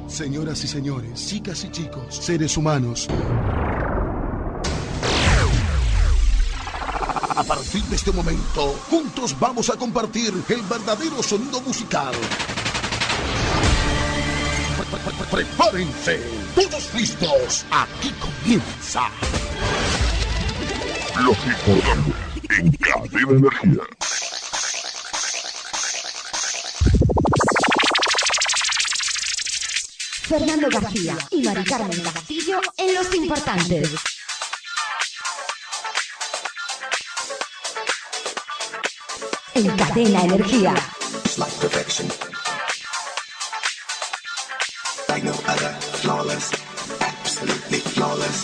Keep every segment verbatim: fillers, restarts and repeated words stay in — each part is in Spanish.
Señoras y señores, chicas y chicos, seres humanos. A partir de este momento, juntos vamos a compartir el verdadero sonido musical. Prepárense, todos listos. Aquí comienza Los Importantes en Cadena Energía. Fernando García y Mari Carmen Castillo en Los Importantes. En Cadena Energía. Like perfection. Like no other, flawless, absolutely flawless.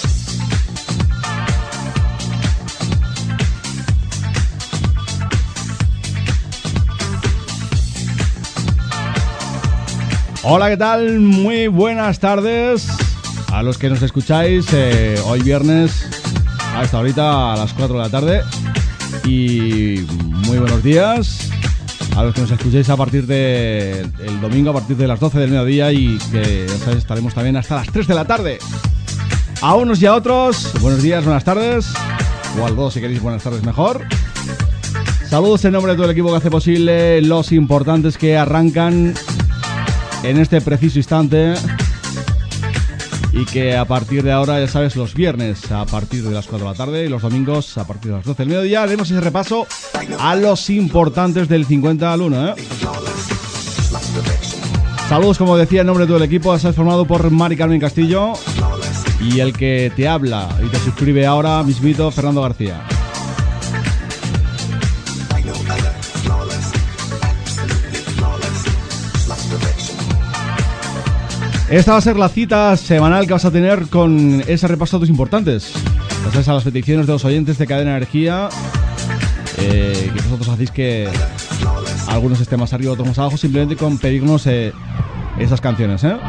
Hola, ¿qué tal? Muy buenas tardes a los que nos escucháis eh, hoy viernes a esta horita, a las cuatro de la tarde. Y muy buenos días a los que nos escuchéis a partir de el domingo, a partir de las doce del mediodía, y que ya sabéis, estaremos también hasta las tres de la tarde. A unos y a otros, buenos días, buenas tardes, o al dos si queréis buenas tardes mejor. Saludos en nombre de todo el equipo que hace posible Los Importantes, que arrancan en este preciso instante, y que a partir de ahora, ya sabes, los viernes a partir de las cuatro de la tarde y los domingos a partir de las doce del mediodía haremos ese repaso a los importantes del cincuenta al uno, ¿eh? Saludos, como decía, en nombre de todo el equipo. Estás formado por Mari Carmen Castillo y el que te habla y te suscribe ahora mismito, Fernando García. Esta va a ser la cita semanal que vas a tener con ese repaso de tus importantes. Gracias a las peticiones de los oyentes de Cadena Energía, eh, que vosotros hacéis que algunos estén más arriba, otros más abajo, simplemente con pedirnos eh, esas canciones, ¿eh?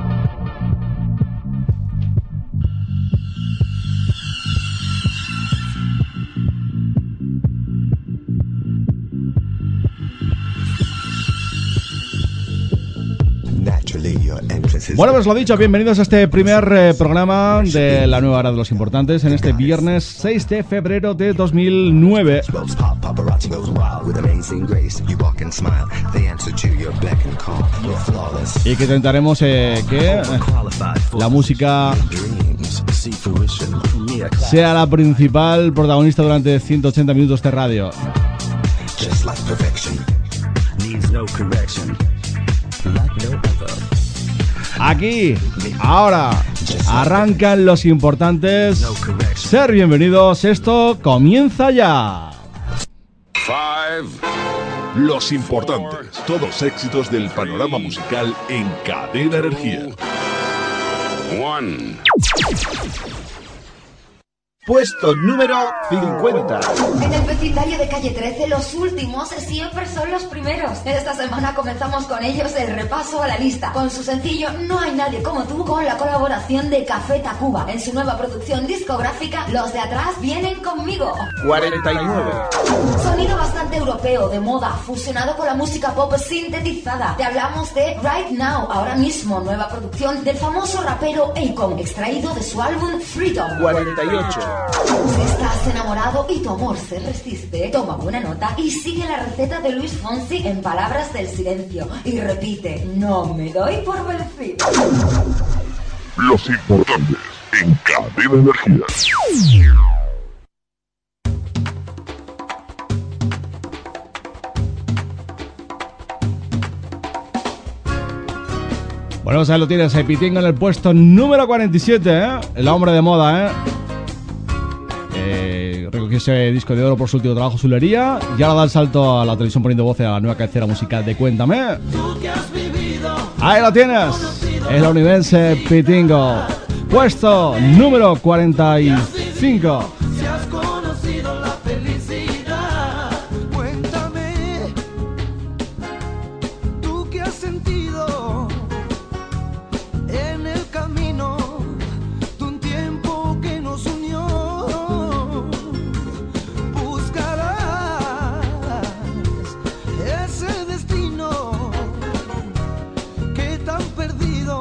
Bueno, pues lo dicho, bienvenidos a este primer eh, programa de la nueva hora de Los Importantes en este viernes seis de febrero de dos mil nueve. Y que intentaremos eh, que la música sea la principal protagonista durante ciento ochenta minutos de radio. Aquí, ahora, arrancan Los Importantes. Ser bienvenidos, esto comienza ya. Five. Los Importantes, todos éxitos del panorama musical en Cadena Energía. One. Puesto número cincuenta. En el vecindario de calle trece, los últimos siempre son los primeros. Esta semana comenzamos con ellos el repaso a la lista, con su sencillo No hay nadie como tú, con la colaboración de Café Tacuba. En su nueva producción discográfica, Los de atrás vienen conmigo. cuarenta y nueve. Sonido bastante europeo, de moda, fusionado con la música pop sintetizada. Te hablamos de Right Now, ahora mismo, nueva producción del famoso rapero Akon, extraído de su álbum Freedom. cuarenta y ocho. Si estás enamorado y tu amor se resiste, toma buena nota y sigue la receta de Luis Fonsi en Palabras del Silencio. Y repite, no me doy por vencido. Los Importantes en Cadena Energía. Bueno, pues ahí lo tienes, Pitingo en el puesto número cuarenta y siete, ¿eh? El hombre de moda, ¿eh? Eh, recogió ese disco de oro por su último trabajo, Zulería, y ahora da el salto a la televisión poniendo voz a la nueva cabecera musical de Cuéntame. Ahí lo tienes, el universe Pitingo, puesto número cuarenta y cinco. Perdido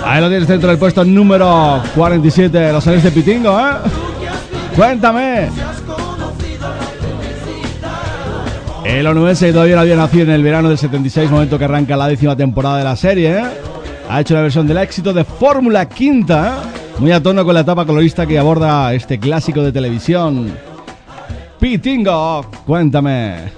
Ahí lo tienes dentro del puesto número cuarenta y siete, los sonidos de Pitingo, ¿eh? Cuéntame. El onubense todavía no había nacido en el verano del setenta y seis, momento que arranca la décima temporada de la serie, ¿eh? Ha hecho una versión del éxito de Fórmula Quinta, ¿eh? Muy a tono con la etapa colorista que aborda este clásico de televisión. Pitingo, cuéntame.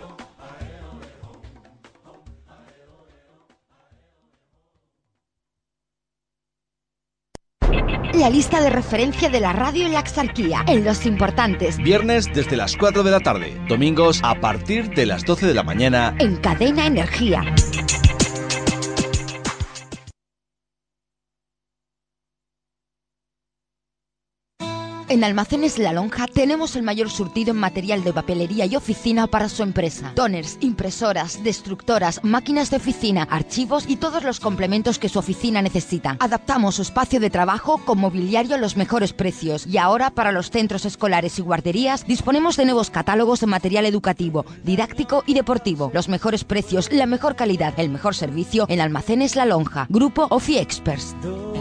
La lista de referencia de la radio en la Axarquía, en Los Importantes. Viernes desde las cuatro de la tarde, domingos a partir de las doce de la mañana. En Cadena Energía. En Almacenes La Lonja tenemos el mayor surtido en material de papelería y oficina para su empresa. Toners, impresoras, destructoras, máquinas de oficina, archivos y todos los complementos que su oficina necesita. Adaptamos su espacio de trabajo con mobiliario a los mejores precios. Y ahora, para los centros escolares y guarderías, disponemos de nuevos catálogos de material educativo, didáctico y deportivo. Los mejores precios, la mejor calidad, el mejor servicio en Almacenes La Lonja. Grupo Ofi Experts.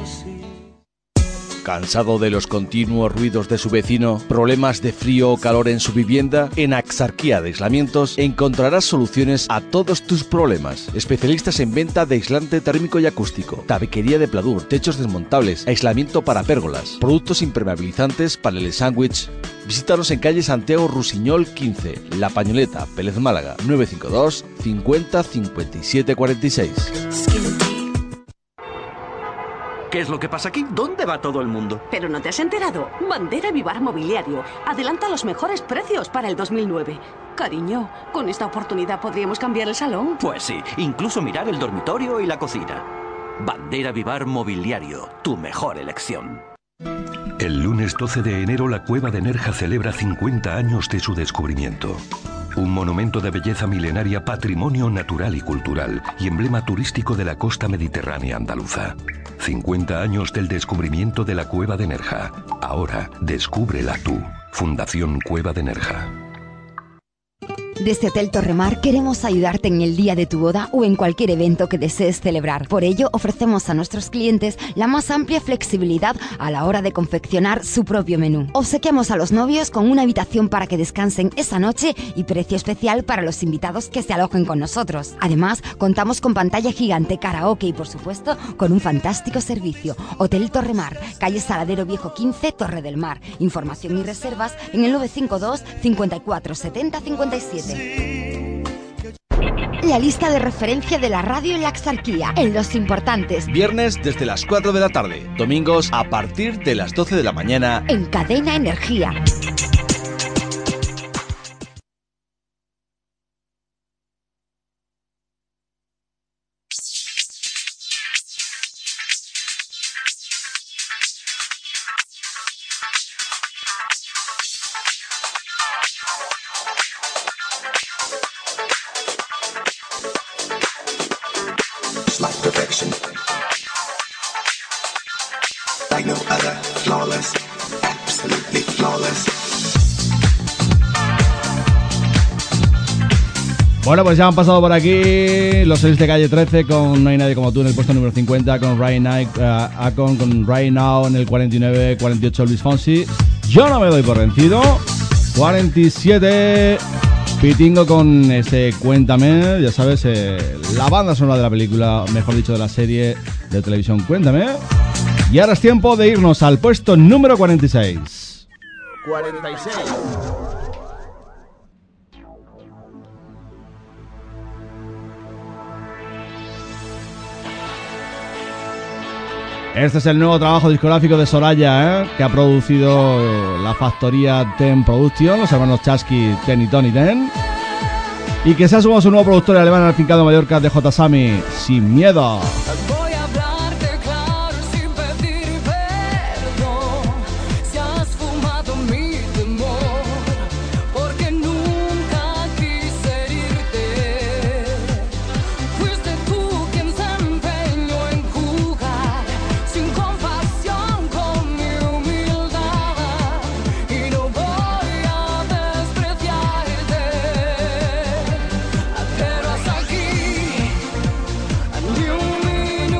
¿Cansado de los continuos ruidos de su vecino? ¿Problemas de frío o calor en su vivienda? En Axarquía de Aislamientos encontrarás soluciones a todos tus problemas. Especialistas en venta de aislante térmico y acústico, tabiquería de pladur, techos desmontables, aislamiento para pérgolas, productos impermeabilizantes, paneles sándwich. Visítanos en calle Santiago Rusiñol quince, La Pañoleta, Pérez Málaga, nueve cinco dos, cincuenta, cincuenta y siete, cuarenta y seis. ¿Qué es lo que pasa aquí? ¿Dónde va todo el mundo? ¿Pero no te has enterado? Bandera Vivar Mobiliario adelanta los mejores precios para el dos mil nueve. Cariño, con esta oportunidad podríamos cambiar el salón. Pues sí, incluso mirar el dormitorio y la cocina. Bandera Vivar Mobiliario, tu mejor elección. El lunes doce de enero la Cueva de Nerja celebra cincuenta años de su descubrimiento. Un monumento de belleza milenaria, patrimonio natural y cultural y emblema turístico de la costa mediterránea andaluza. cincuenta años del descubrimiento de la Cueva de Nerja. Ahora, descúbrela tú. Fundación Cueva de Nerja. Desde Hotel Torremar queremos ayudarte en el día de tu boda o en cualquier evento que desees celebrar. Por ello, ofrecemos a nuestros clientes la más amplia flexibilidad a la hora de confeccionar su propio menú. Obsequiamos a los novios con una habitación para que descansen esa noche y precio especial para los invitados que se alojen con nosotros. Además, contamos con pantalla gigante, karaoke y, por supuesto, con un fantástico servicio. Hotel Torremar, calle Saladero Viejo quince, Torre del Mar. Información y reservas en el nueve cinco dos, cincuenta y cuatro, setenta, cincuenta y siete. La lista de referencia de la radio en la Axarquía, en Los Importantes. Viernes desde las cuatro de la tarde, domingos a partir de las doce de la mañana. En Cadena Energía. Like perfection, like no other, flawless, absolutely flawless. Bueno, pues ya han pasado por aquí los seis de calle trece con No hay nadie como tú en el puesto número cincuenta, con Right Now, uh, Akon con Right Now en el cuarenta y nueve, cuarenta y ocho Luis Fonsi. Yo no me doy por vencido. cuarenta y siete Pitingo con ese Cuéntame, ya sabes, eh, la banda sonora de la película, mejor dicho, de la serie de televisión Cuéntame. Y ahora es tiempo de irnos al puesto número cuarenta y seis. cuarenta y seis. Este es el nuevo trabajo discográfico de Soraya, ¿eh? Que ha producido la factoría Ten Production, los hermanos Chasky, Ten y Tony Ten. Y que se ha sumado su nuevo productor alemán al fincado de Mallorca de J. Sami, Sin Miedo. Ni un minuto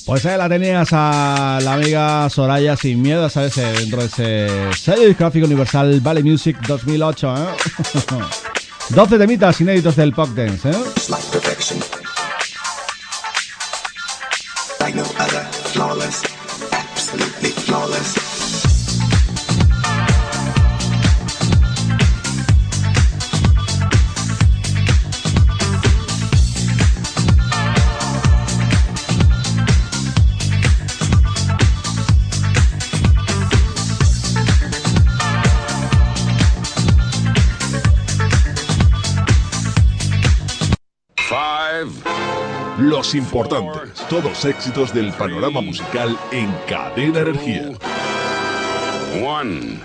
Pues ahí la tenías a la amiga Soraya Sin Miedo, ¿sabes? Dentro de ese sello discográfico universal Valley Music dos mil ocho, ¿eh? doce temitas inéditos del pop dance, ¿eh? Like no other, flawless, absolutely flawless. Los importantes, todos éxitos del panorama musical en Cadena Energía. One.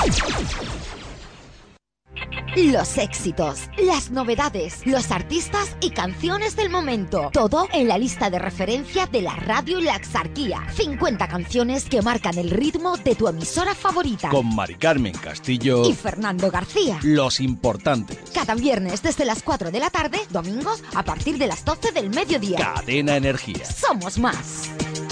Los éxitos, las novedades, los artistas y canciones del momento. Todo en la lista de referencia de la radio La Axarquía. cincuenta canciones que marcan el ritmo de tu emisora favorita. Con Mari Carmen Castillo y Fernando García. Los importantes. Cada viernes desde las cuatro de la tarde, domingos a partir de las doce del mediodía. Cadena Energía. Somos más.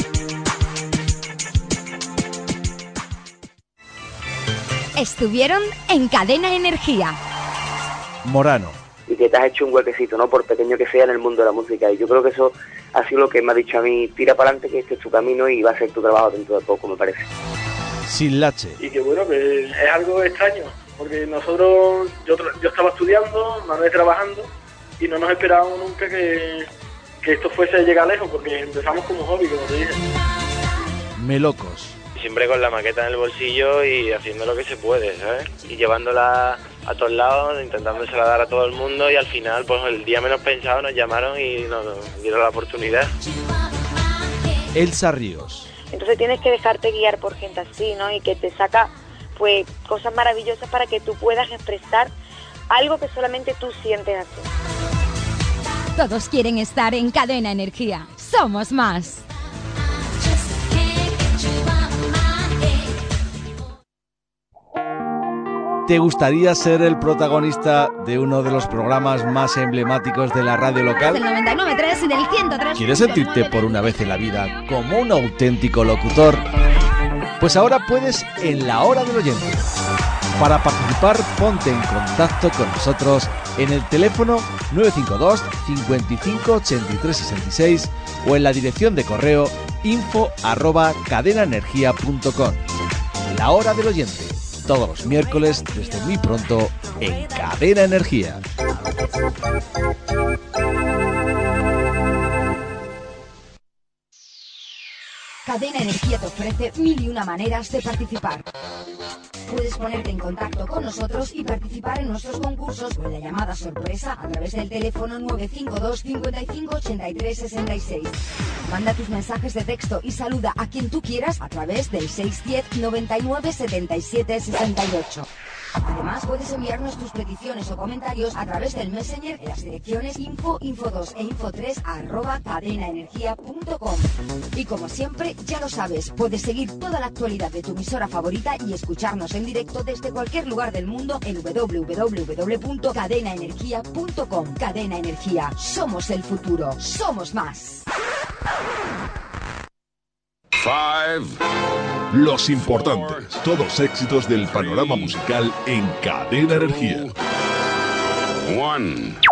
Estuvieron en Cadena Energía. Morano. Y que te has hecho un huequecito, ¿no? Por pequeño que sea, en el mundo de la música. Y yo creo que eso ha sido lo que me ha dicho a mí, tira para adelante, que este es tu camino y va a ser tu trabajo dentro de poco, me parece. Sin Lache. Y que bueno, que es algo extraño, porque nosotros, yo, yo estaba estudiando, Manuel trabajando, y no nos esperábamos nunca que, que esto fuese a llegar lejos, porque empezamos como hobby, como te dije. Melocos. Siempre con la maqueta en el bolsillo y haciendo lo que se puede, ¿sabes? Y llevándola a todos lados, intentándosela dar a todo el mundo, y al final, pues el día menos pensado nos llamaron y nos dieron la oportunidad. Elsa Ríos. Entonces tienes que dejarte guiar por gente así, ¿no? Y que te saca, pues, cosas maravillosas para que tú puedas expresar algo que solamente tú sientes así. Todos quieren estar en Cadena Energía. Somos más. ¿Te gustaría ser el protagonista de uno de los programas más emblemáticos de la radio local? Del noventa y nueve punto tres y del ciento tres. ¿Quieres sentirte por una vez en la vida como un auténtico locutor? Pues ahora puedes en La Hora del Oyente. Para participar, ponte en contacto con nosotros en el teléfono nueve cinco dos, cincuenta y cinco, ochenta y tres sesenta y seis o en la dirección de correo info arroba cadenaenergia punto com. La Hora del Oyente. Todos los miércoles, desde muy pronto, en Cadena Energía. Cadena Energía te ofrece mil y una maneras de participar. Puedes ponerte en contacto con nosotros y participar en nuestros concursos o en la llamada sorpresa a través del teléfono nueve cinco dos, cincuenta y cinco, ochenta y tres sesenta y seis. Manda tus mensajes de texto y saluda a quien tú quieras a través del seis uno cero, noventa y nueve, setenta y siete, sesenta y ocho. Además, puedes enviarnos tus peticiones o comentarios a través del Messenger en las direcciones info, info dos e info tres arroba cadenaenergia punto com. Y como siempre, ya lo sabes, puedes seguir toda la actualidad de tu emisora favorita y escucharnos en directo desde cualquier lugar del mundo en doble u doble u doble u punto cadena energía punto com. Cadena Energía, somos el futuro, somos más. Five. Los importantes, todos éxitos del panorama musical en Cadena Energía. One.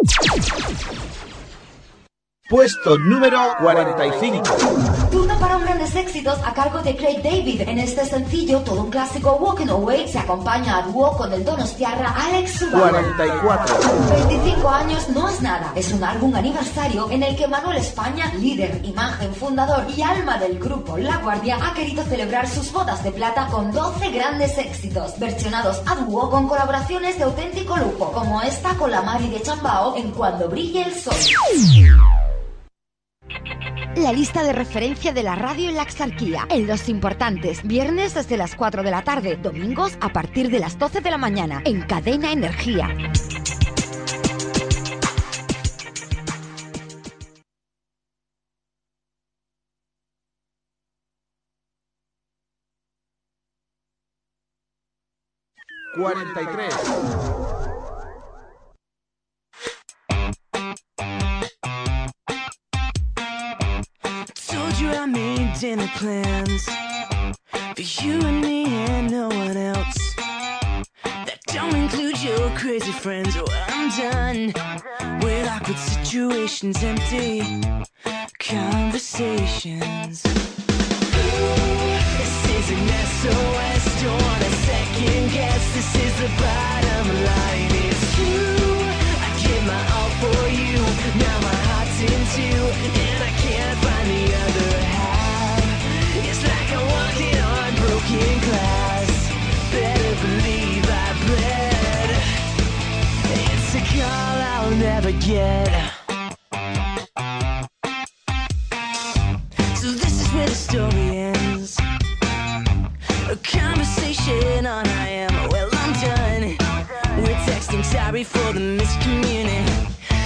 Puesto número cuarenta y cinco. Turno para un grandes éxitos a cargo de Craig David. En este sencillo, todo un clásico, Walking Away, se acompaña a dúo con el donostiarra Alex Sugar. cuarenta y cuatro. veinticinco años no es nada. Es un álbum aniversario en el que Manuel España, líder, imagen, fundador y alma del grupo La Guardia, ha querido celebrar sus bodas de plata con doce grandes éxitos, versionados a dúo con colaboraciones de auténtico lujo, como esta con la Mari de Chambao en Cuando brille el sol. La lista de referencia de la radio en la Axarquía. En Los Importantes, viernes desde las cuatro de la tarde, domingos a partir de las doce de la mañana, en Cadena Energía. cuarenta y tres. I made some dinner plans for you and me and no one else. That don't include your crazy friends. Oh, I'm done with awkward situations, empty conversations. This is an S O S, don't want a second guess. This is the bottom line. It's true, I give my all for you. Now my heart's in two, and I can't find the other half. It's like I'm walking on broken glass. Better believe I bled. It's a call I'll never get. So this is where the story ends. A conversation on I am. Well, I'm done. We're texting sorry for the miscommunication.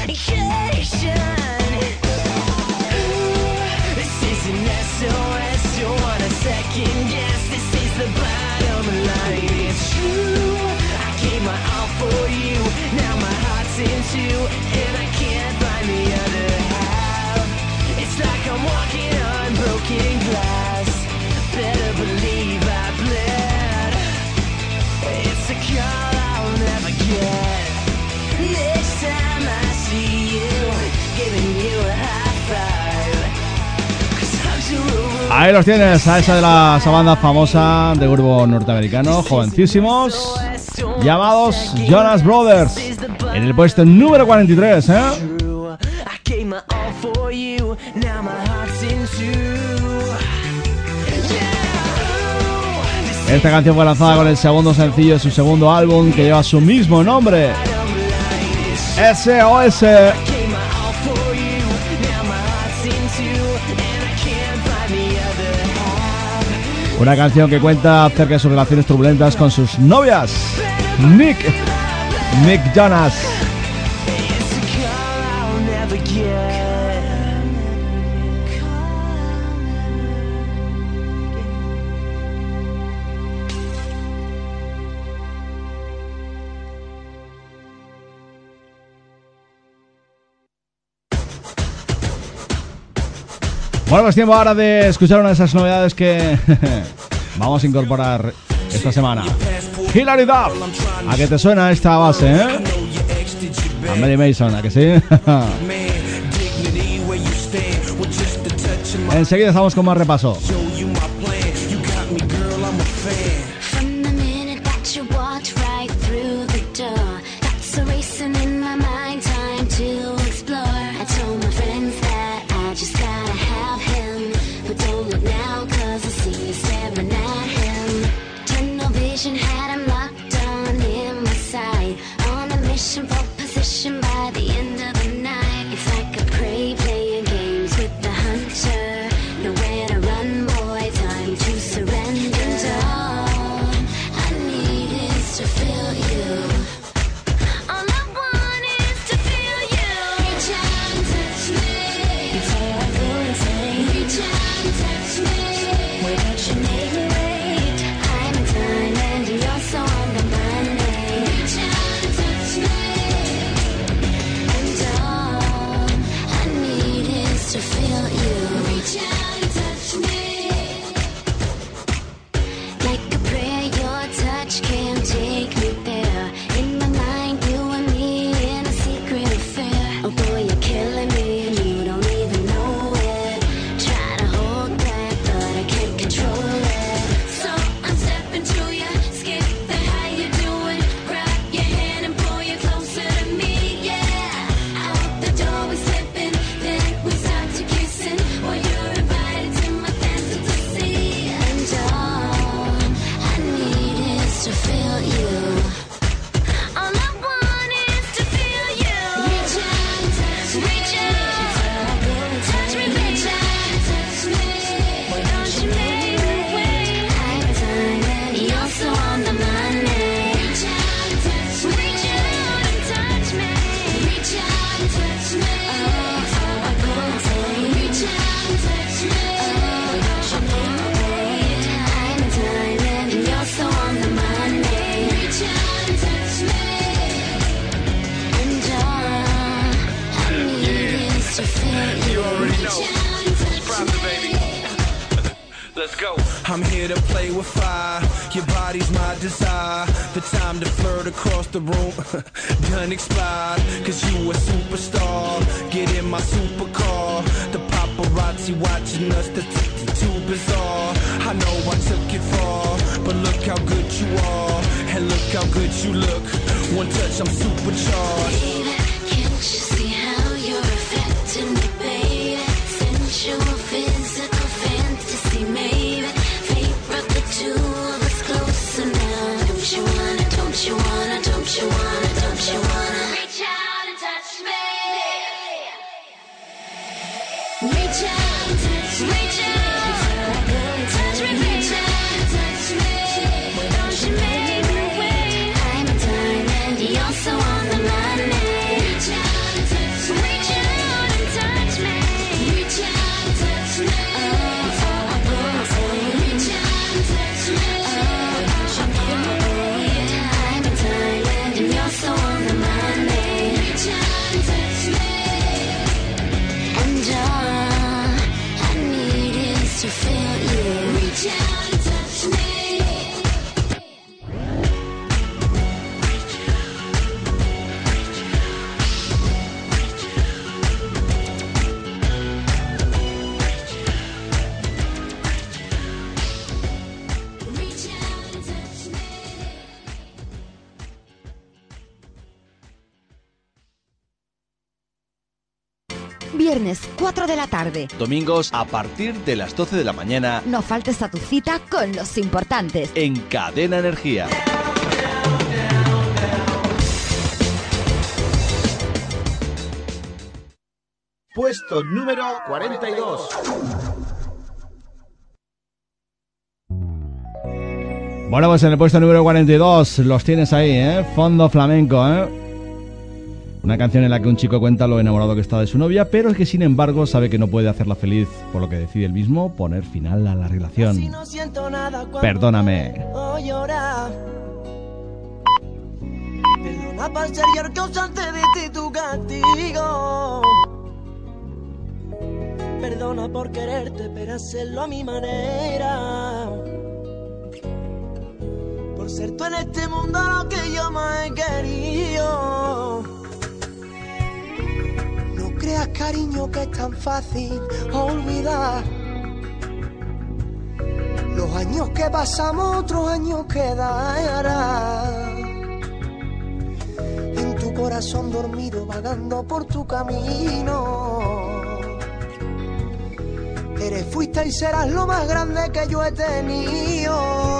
This is an S O S, don't want a second guess. This is the bottom line. It's true, I gave my all for you. Now my heart's in two, and I can't find the other half. It's like I'm walking on broken glass. Better believe I bled. It's a call I'll never get. Next time I see you, giving you a high five. 'Cause hugs are over. Ahí los tienes, a esa de la esa banda famosa de grupo norteamericano, jovencísimos, llamados Jonas Brothers, en el puesto número cuarenta y tres, ¿eh? I gave my all for you. Now my heart's in two. Esta canción fue lanzada con el segundo sencillo de su segundo álbum, que lleva su mismo nombre, S O S. Una canción que cuenta acerca de sus relaciones turbulentas con sus novias, Nick, Nick Jonas. Bueno, pues tiempo ahora de escuchar una de esas novedades que vamos a incorporar esta semana. Hilary Duff. ¿A qué te suena esta base, eh? A Mary Mason, ¿a que sí? Enseguida estamos con más repaso. Oh boy, you're killing me and you don't even know it. Try to hold back. let's go. I'm here to play with fire. Your body's my desire. The time to flirt across the room done expired. Cause you a superstar. Get in my supercar. The paparazzi watching us, the too bizarre. I know I took it far, but look how good you are. And look how good you look. One touch, I'm supercharged. Baby, can't you see how you're affecting me, baby? Sensual, physical fantasy, maybe. Fate brought the two of us closer now. Don't you wanna, don't you wanna, don't you wanna, don't you wanna reach out and touch me? Reach out and touch me. Reach out. Touch me, reach out and touch me. Don't you make me wait. I'm a diamond, you're so on the money. Reach out and touch me. Reach out and touch me. Reach out and touch me. Oh, oh, oh, oh. Reach out and touch me. Oh, oh, oh, oh. I'm a diamond, and you're so on the money. Reach out and touch me. And all I need is to feel you. Reach out and touch me. Viernes cuatro de la tarde. Domingos a partir de las doce de la mañana. No faltes a tu cita con los importantes. En Cadena Energía. Puesto número cuarenta y dos. Bueno, pues en el puesto número cuarenta y dos los tienes ahí, ¿eh? Fondo Flamenco, ¿eh? Una canción en la que un chico cuenta lo enamorado que está de su novia, pero es que sin embargo sabe que no puede hacerla feliz, por lo que decide él mismo poner final a la relación. Si no siento nada Perdóname. O llorar. Perdona por ser yo el causante de ti tu castigo. Perdona por quererte, pero hacerlo a mi manera. Por ser tú en este mundo lo que yo más he querido. No creas, cariño, que es tan fácil olvidar. Los años que pasamos, otros años quedarán. En tu corazón dormido, vagando por tu camino. Eres, fuiste y serás lo más grande que yo he tenido.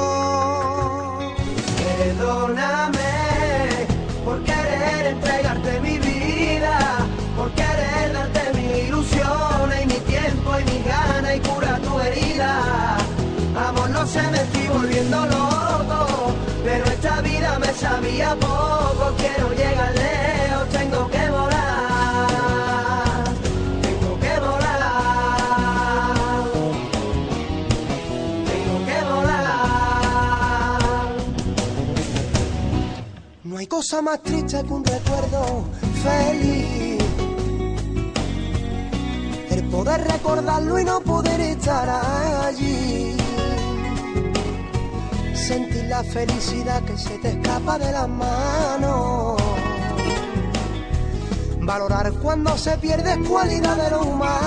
Perdóname por querer entregarte mi vida, por querer darte mis ilusiones y mi tiempo y mis ganas y curar tu herida. Amor, no sé, me estoy volviendo loco, pero esta vida me sabía poco. Quiero llegar lejos, tengo que volar, tengo que volar, tengo que volar. No hay cosa más triste que un recuerdo feliz, el poder recordarlo y no poder estar allí. Sentir la felicidad que se te escapa de las manos. Valorar cuando se pierde cualidad de lo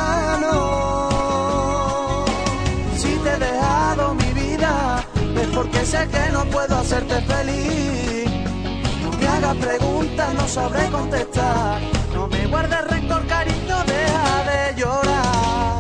humano. Si te he dejado mi vida, es porque sé que no puedo hacerte feliz. No me hagas preguntas, no sabré contestar. No me guardes rencor, cariño, deja de llorar.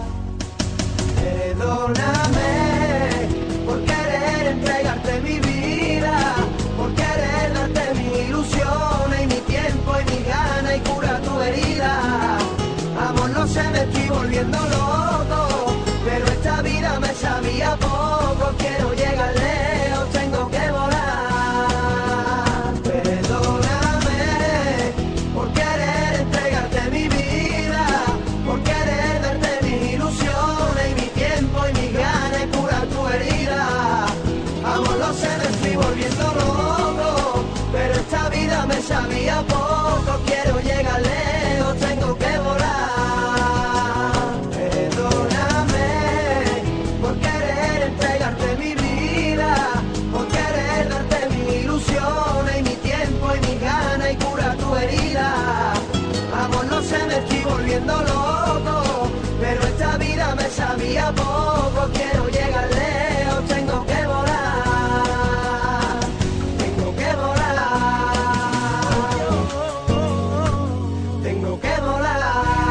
Perdóname por querer entregarte mi vida, por querer darte mis ilusiones y mi tiempo y mis ganas y curar tu herida. Amor, no sé, me estoy volviendo loco, pero esta vida me sabía poco. Quiero llegar lejos, tengo que volar. Perdóname por querer entregarte mi vida, por querer darte mis ilusiones y mi tiempo y mis ganas y curar tu herida. Amor, no sé, me estoy volviendo loco, pero esta vida me sabía poco. Quiero llegar lejos, tengo que volar. Perdóname a poco, quiero llegar lejos, tengo que volar, tengo que volar, tengo que volar.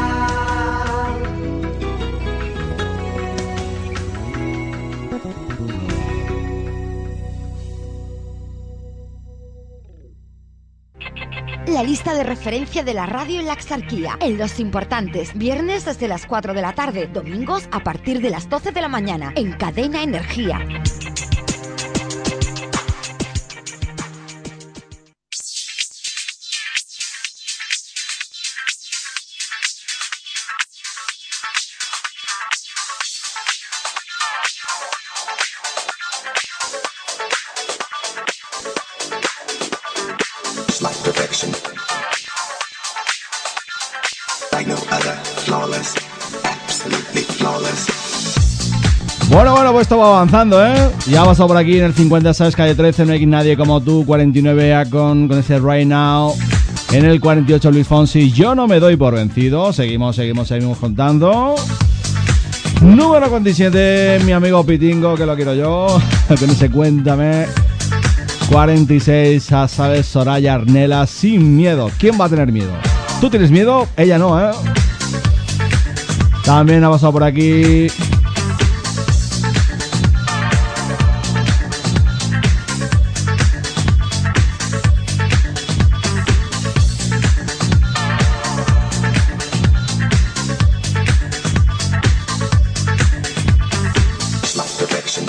La lista de referencia de la radio en la Axarquía. En Los Importantes, viernes desde las cuatro de la tarde, domingos a partir de las doce de la mañana, en Cadena Energía. It's like perfection. Like no other, flawless, absolutely flawless. Bueno, bueno, pues esto va avanzando, ¿eh? Ya ha pasado por aquí en el cincuenta y seis, calle trece, No hay nadie como tú. Cuarenta y nueve, Akon con ese Right Now. En el cuarenta y ocho, Luis Fonsi, Yo no me doy por vencido. Seguimos, seguimos, seguimos contando. Número cuarenta y siete, mi amigo Pitingo, que lo quiero yo. Con ese Cuéntame. cuarenta y seis, ya sabes, Soraya Arnela, Sin miedo. ¿Quién va a tener miedo? ¿Tú tienes miedo? Ella no, ¿eh? También ha pasado por aquí It's like perfection.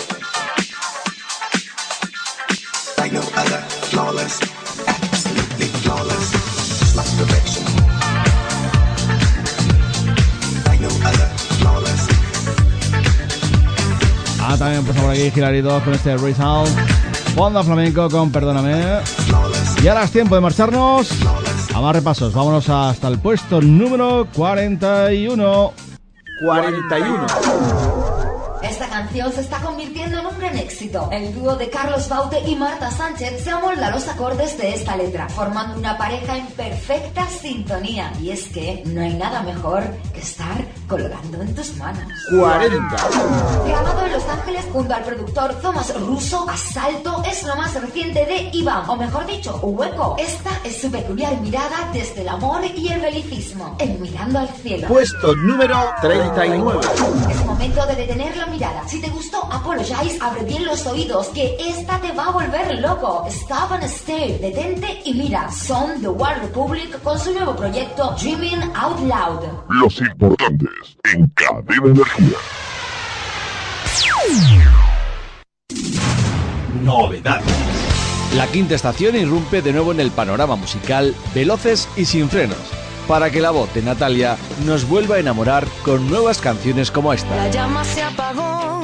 Like no other, flawless, absolutely flawless. It's like perfection. Like no other, flawless. Ah, también pasa por aquí Hilary dos con este Resound. Onda Flamenco con Perdóname. Y ahora es tiempo de marcharnos a más repasos. Vámonos hasta el puesto número cuarenta y uno. cuarenta y uno. Esta canción se está convirtiendo en un gran éxito. El dúo de Carlos Baute y Marta Sánchez se amolda los acordes de esta letra, formando una pareja en perfecta sintonía. Y es que no hay nada mejor que estar colgando en tus manos. cuarenta. Grabado en Los Ángeles junto al productor Thomas Russo, Asalto es lo más reciente de Iván, o mejor dicho, Hueco. Esta es su peculiar mirada desde el amor y el belicismo, en Mirando al Cielo. Puesto número treinta y nueve. Es momento de detener la mirada. Si te gustó Apologize, abre bien los oídos, que esta te va a volver loco. Stop and Stay, detente y mira. Son The One Republic con su nuevo proyecto Dreaming Out Loud. Los Importantes en Cadena Energía. Novedades. La quinta estación irrumpe de nuevo en el panorama musical, veloces y sin frenos, para que la voz de Natalia nos vuelva a enamorar con nuevas canciones como esta. La llama se apagó.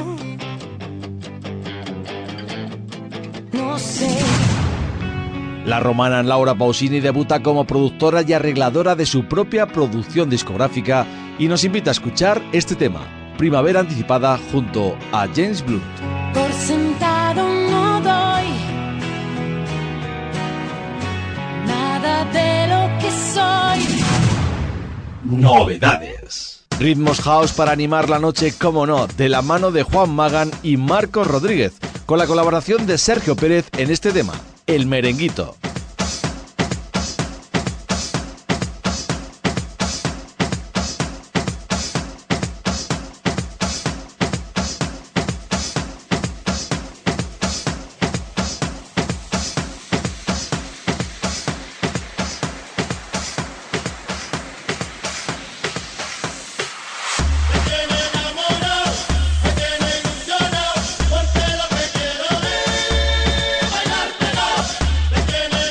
No sé. La romana Laura Pausini debuta como productora y arregladora de su propia producción discográfica y nos invita a escuchar este tema, Primavera Anticipada, junto a James Blunt. Por sentado no doy nada de lo que soy. Novedades. Ritmos house para animar la noche, como no, de la mano de Juan Magán y Marcos Rodríguez, con la colaboración de Sergio Pérez en este tema, El Merenguito. Porque lo que quiero es bailarte, no.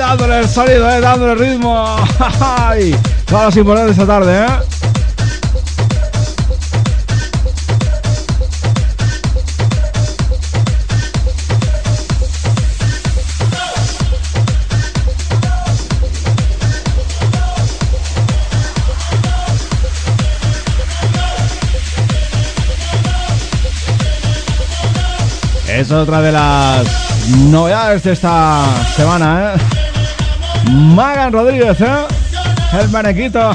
dándole el sonido, eh, dándole el ritmo. Todas las importantes esta tarde, ¿eh? Es otra de las novedades de esta semana, ¿eh? Magan Rodríguez, ¿eh? El manequito.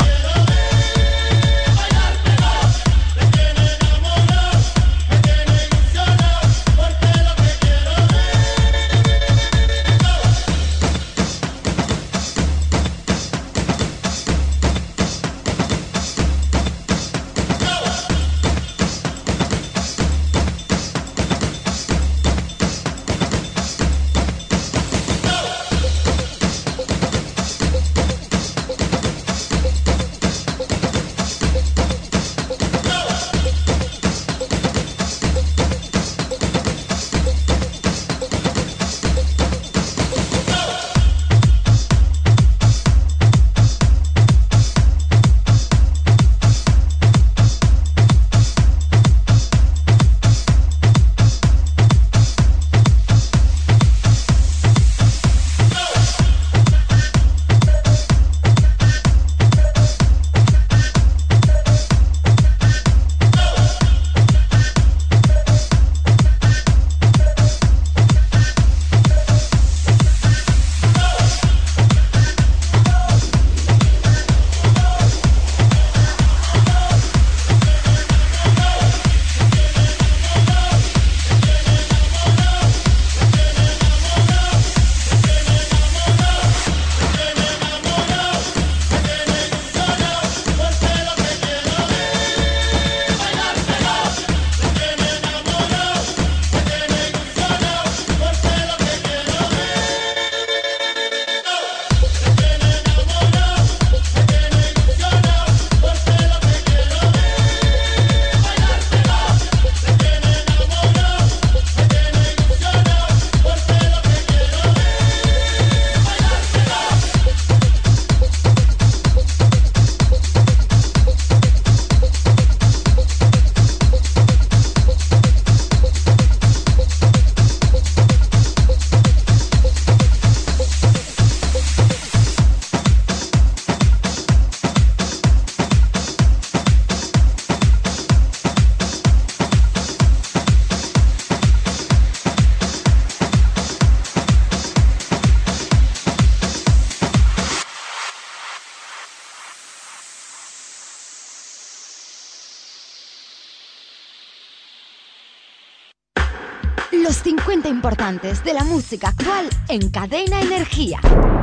Los cincuenta importantes de la música actual en Cadena Energía.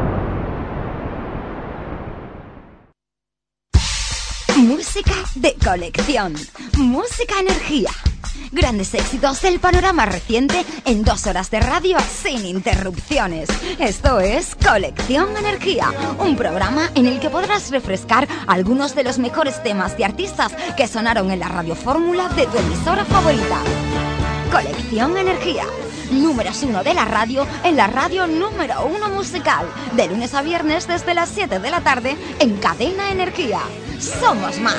Música de colección. Música Energía. Grandes éxitos del panorama reciente en dos horas de radio sin interrupciones. Esto es Colección Energía, un programa en el que podrás refrescar algunos de los mejores temas de artistas que sonaron en la radiofórmula de tu emisora favorita. Colección Energía, números uno de la radio en la radio número uno musical, de lunes a viernes desde las siete de la tarde en Cadena Energía. Somos más.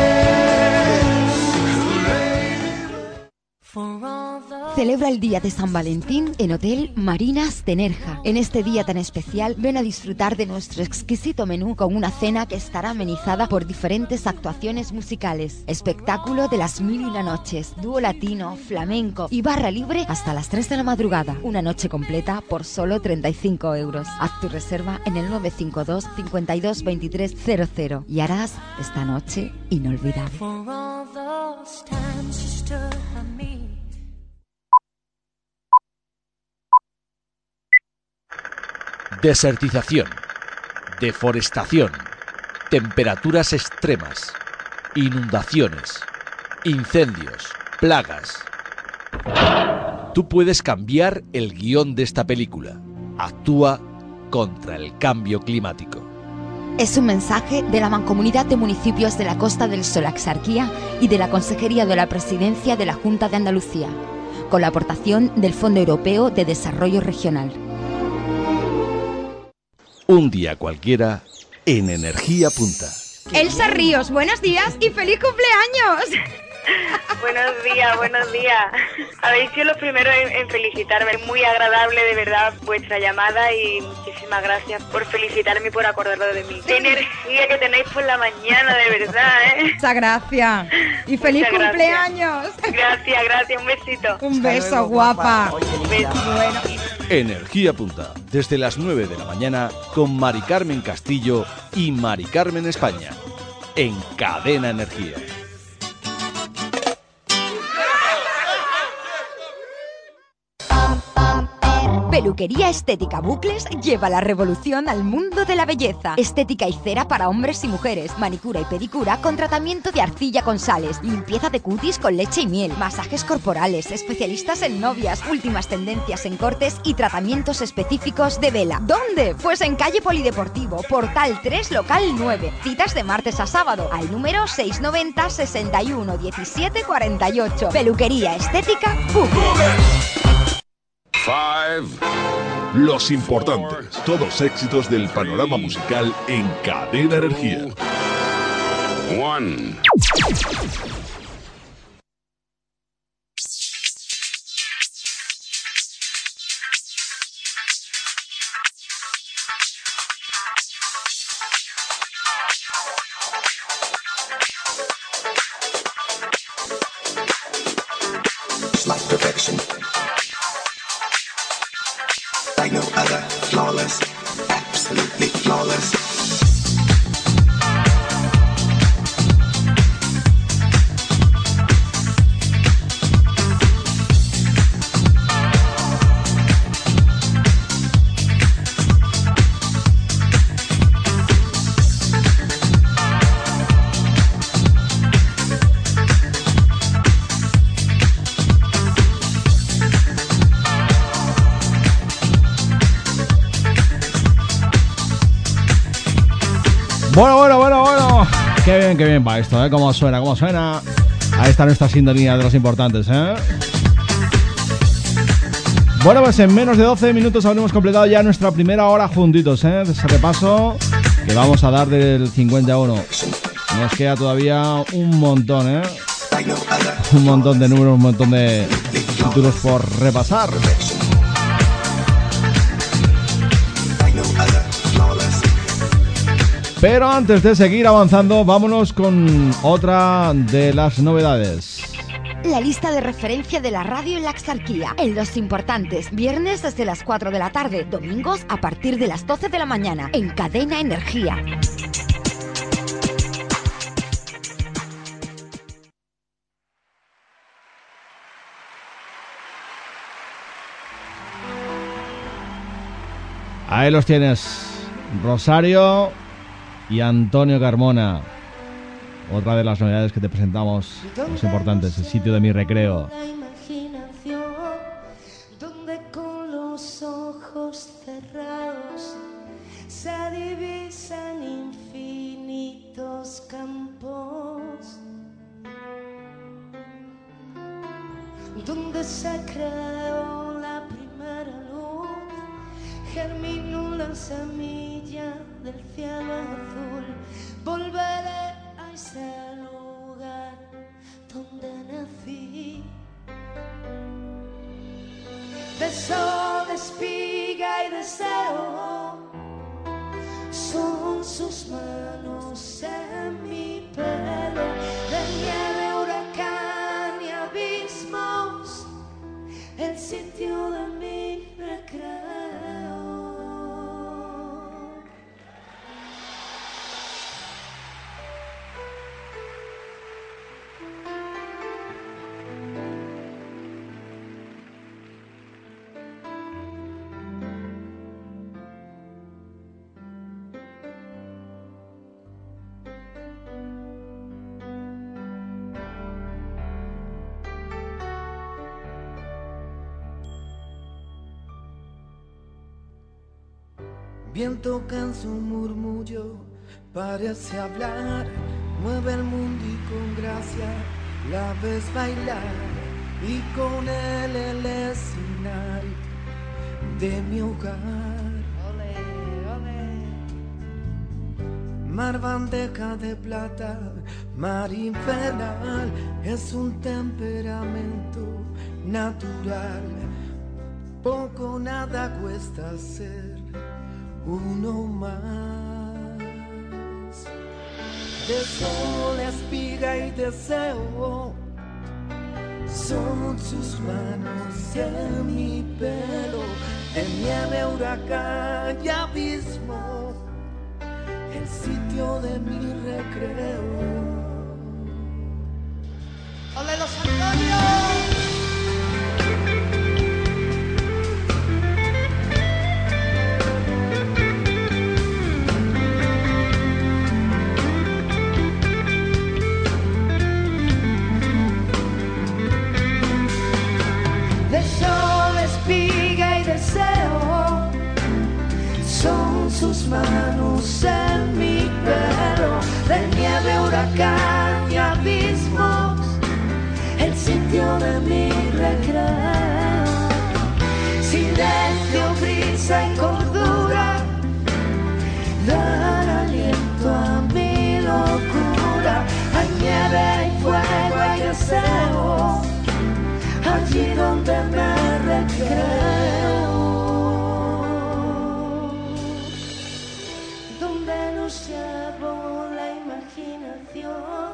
Celebra el Día de San Valentín en Hotel Marinas de Nerja. En este día tan especial, ven a disfrutar de nuestro exquisito menú con una cena que estará amenizada por diferentes actuaciones musicales. Espectáculo de las mil y una noches, dúo latino, flamenco y barra libre hasta las tres de la madrugada. Una noche completa por solo treinta y cinco euros. Haz tu reserva en el nueve cinco dos, cincuenta y dos, veintitrés cero cero y harás esta noche inolvidable. Desertización, deforestación, temperaturas extremas, inundaciones, incendios, plagas. Tú puedes cambiar el guión de esta película. Actúa contra el cambio climático. Es un mensaje de la Mancomunidad de Municipios de la Costa del Sol Axarquía y de la Consejería de la Presidencia de la Junta de Andalucía, con la aportación del Fondo Europeo de Desarrollo Regional. Un día cualquiera en Energía Punta. Elsa Ríos, buenos días y feliz cumpleaños. Buenos días, buenos días. Habéis sido los primeros en, en felicitarme. Es muy agradable, de verdad, vuestra llamada y muchísimas gracias por felicitarme y por acordaros de mí. Qué energía que tenéis por la mañana, de verdad, ¿eh? Muchas gracias. Y feliz Muchas cumpleaños. Gracias. gracias, gracias. Un besito. Un beso, luego, guapa. Un beso. Bueno. Energía Punta, desde las nueve de la mañana con Mari Carmen Castillo y Mari Carmen España, en Cadena Energía. Peluquería Estética Bucles lleva la revolución al mundo de la belleza. Estética y cera para hombres y mujeres, manicura y pedicura con tratamiento de arcilla con sales, limpieza de cutis con leche y miel, masajes corporales, especialistas en novias, últimas tendencias en cortes y tratamientos específicos de vela. ¿Dónde? Pues en calle Polideportivo, Portal tres, local nueve. Citas de martes a sábado al número seiscientos noventa, sesenta y uno, diecisiete, cuarenta y ocho. Peluquería Estética Bucles. Five. Los importantes, todos éxitos del panorama musical en Cadena Energía. One. It's like perfection. Like no other, flawless, absolutely flawless. Bueno, bueno, bueno, bueno. Qué bien, qué bien va esto, ¿eh? Cómo suena, cómo suena. Ahí está nuestra sintonía de los importantes, ¿eh? Bueno, pues en menos de doce minutos habremos completado ya nuestra primera hora juntitos, ¿eh? De ese repaso que vamos a dar del cincuenta y uno. Nos queda todavía un montón, ¿eh? Un montón de números, un montón de títulos por repasar. Pero antes de seguir avanzando, vámonos con otra de las novedades. La lista de referencia de la radio en la Axarquía. En Los Importantes, viernes desde las cuatro de la tarde, domingos a partir de las doce de la mañana, en Cadena Energía. Ahí los tienes, Rosario y Antonio Carmona. Otra de las novedades que te presentamos, los importantes, el sitio de mi recreo. La imaginación, donde con los ojos cerrados se divisan infinitos campos, donde se creó la primera luz, germinó la semilla del cielo azul. Volveré a ese lugar donde nací. De sol, espiga y deseo son sus manos en mi pelo. De nieve, huracán y abismos, el sitio de mi recreo. Viento en su murmullo parece hablar, mueve el mundo y con gracia la ves bailar, y con él el escenario de mi hogar. Olé, olé. mar bandeja de plata, mar infernal, es un temperamento natural. Poco o nada cuesta ser uno más. De sol, espiga y deseo son sus manos en mi pelo, en nieve, huracán y abismo, el sitio de mi recreo. ¡Ole los Antonios! De sol, espiga y deseo son sus manos en mi pelo, de nieve, huracán y abismos, el sitio de mi recreo. Silencio, brisa y cordura dan aliento a mi locura. Hay nieve y fuego, hay deseo allí donde me recreo, donde nos llevó la imaginación.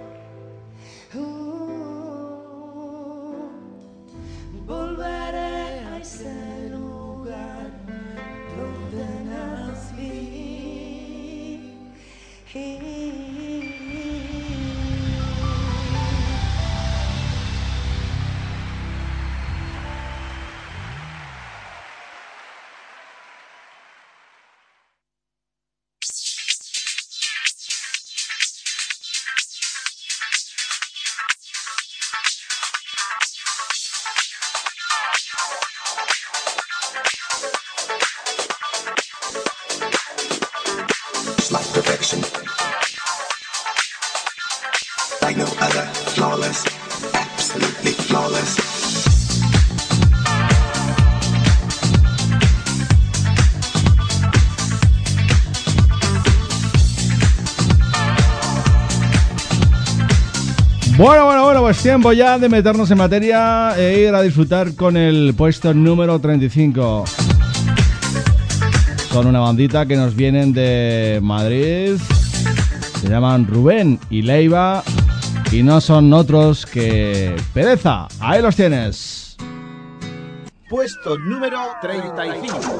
Uh, volveré a ese lugar donde nací. Like perfection, like no other, flawless, absolutely flawless. Bueno, bueno, bueno, pues tiempo ya de meternos en materia e ir a disfrutar con el puesto número treinta y cinco. Son una bandita que nos vienen de Madrid, se llaman Rubén y Leiva y no son otros que Pereza. Ahí los tienes. Puesto número treinta y cinco.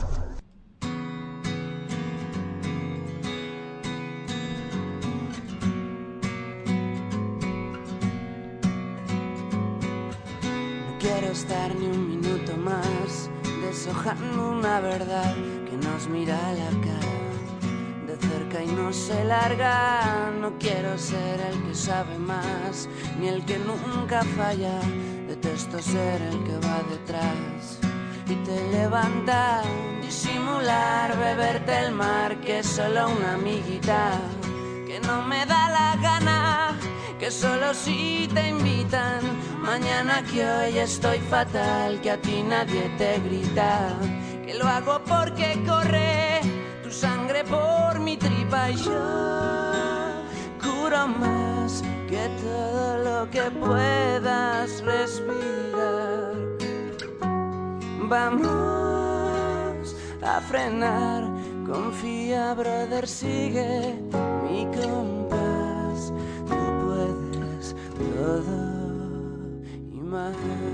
No quiero estar ni un minuto más deshojando una verdad que nos mira a la cara de cerca y no se larga. No quiero ser el que sabe más ni el que nunca falla. Detesto ser el que va detrás y te levanta. Disimular, beberte el mar, que es solo una amiguita, que no me da la gana, que solo si te invitan. Mañana que hoy estoy fatal, que a ti nadie te grita, que lo hago porque corre tu sangre por mi tripa y yo curo más que todo lo que puedas respirar. Vamos a frenar, confía, brother, sigue mi compás. Tú puedes todo y más.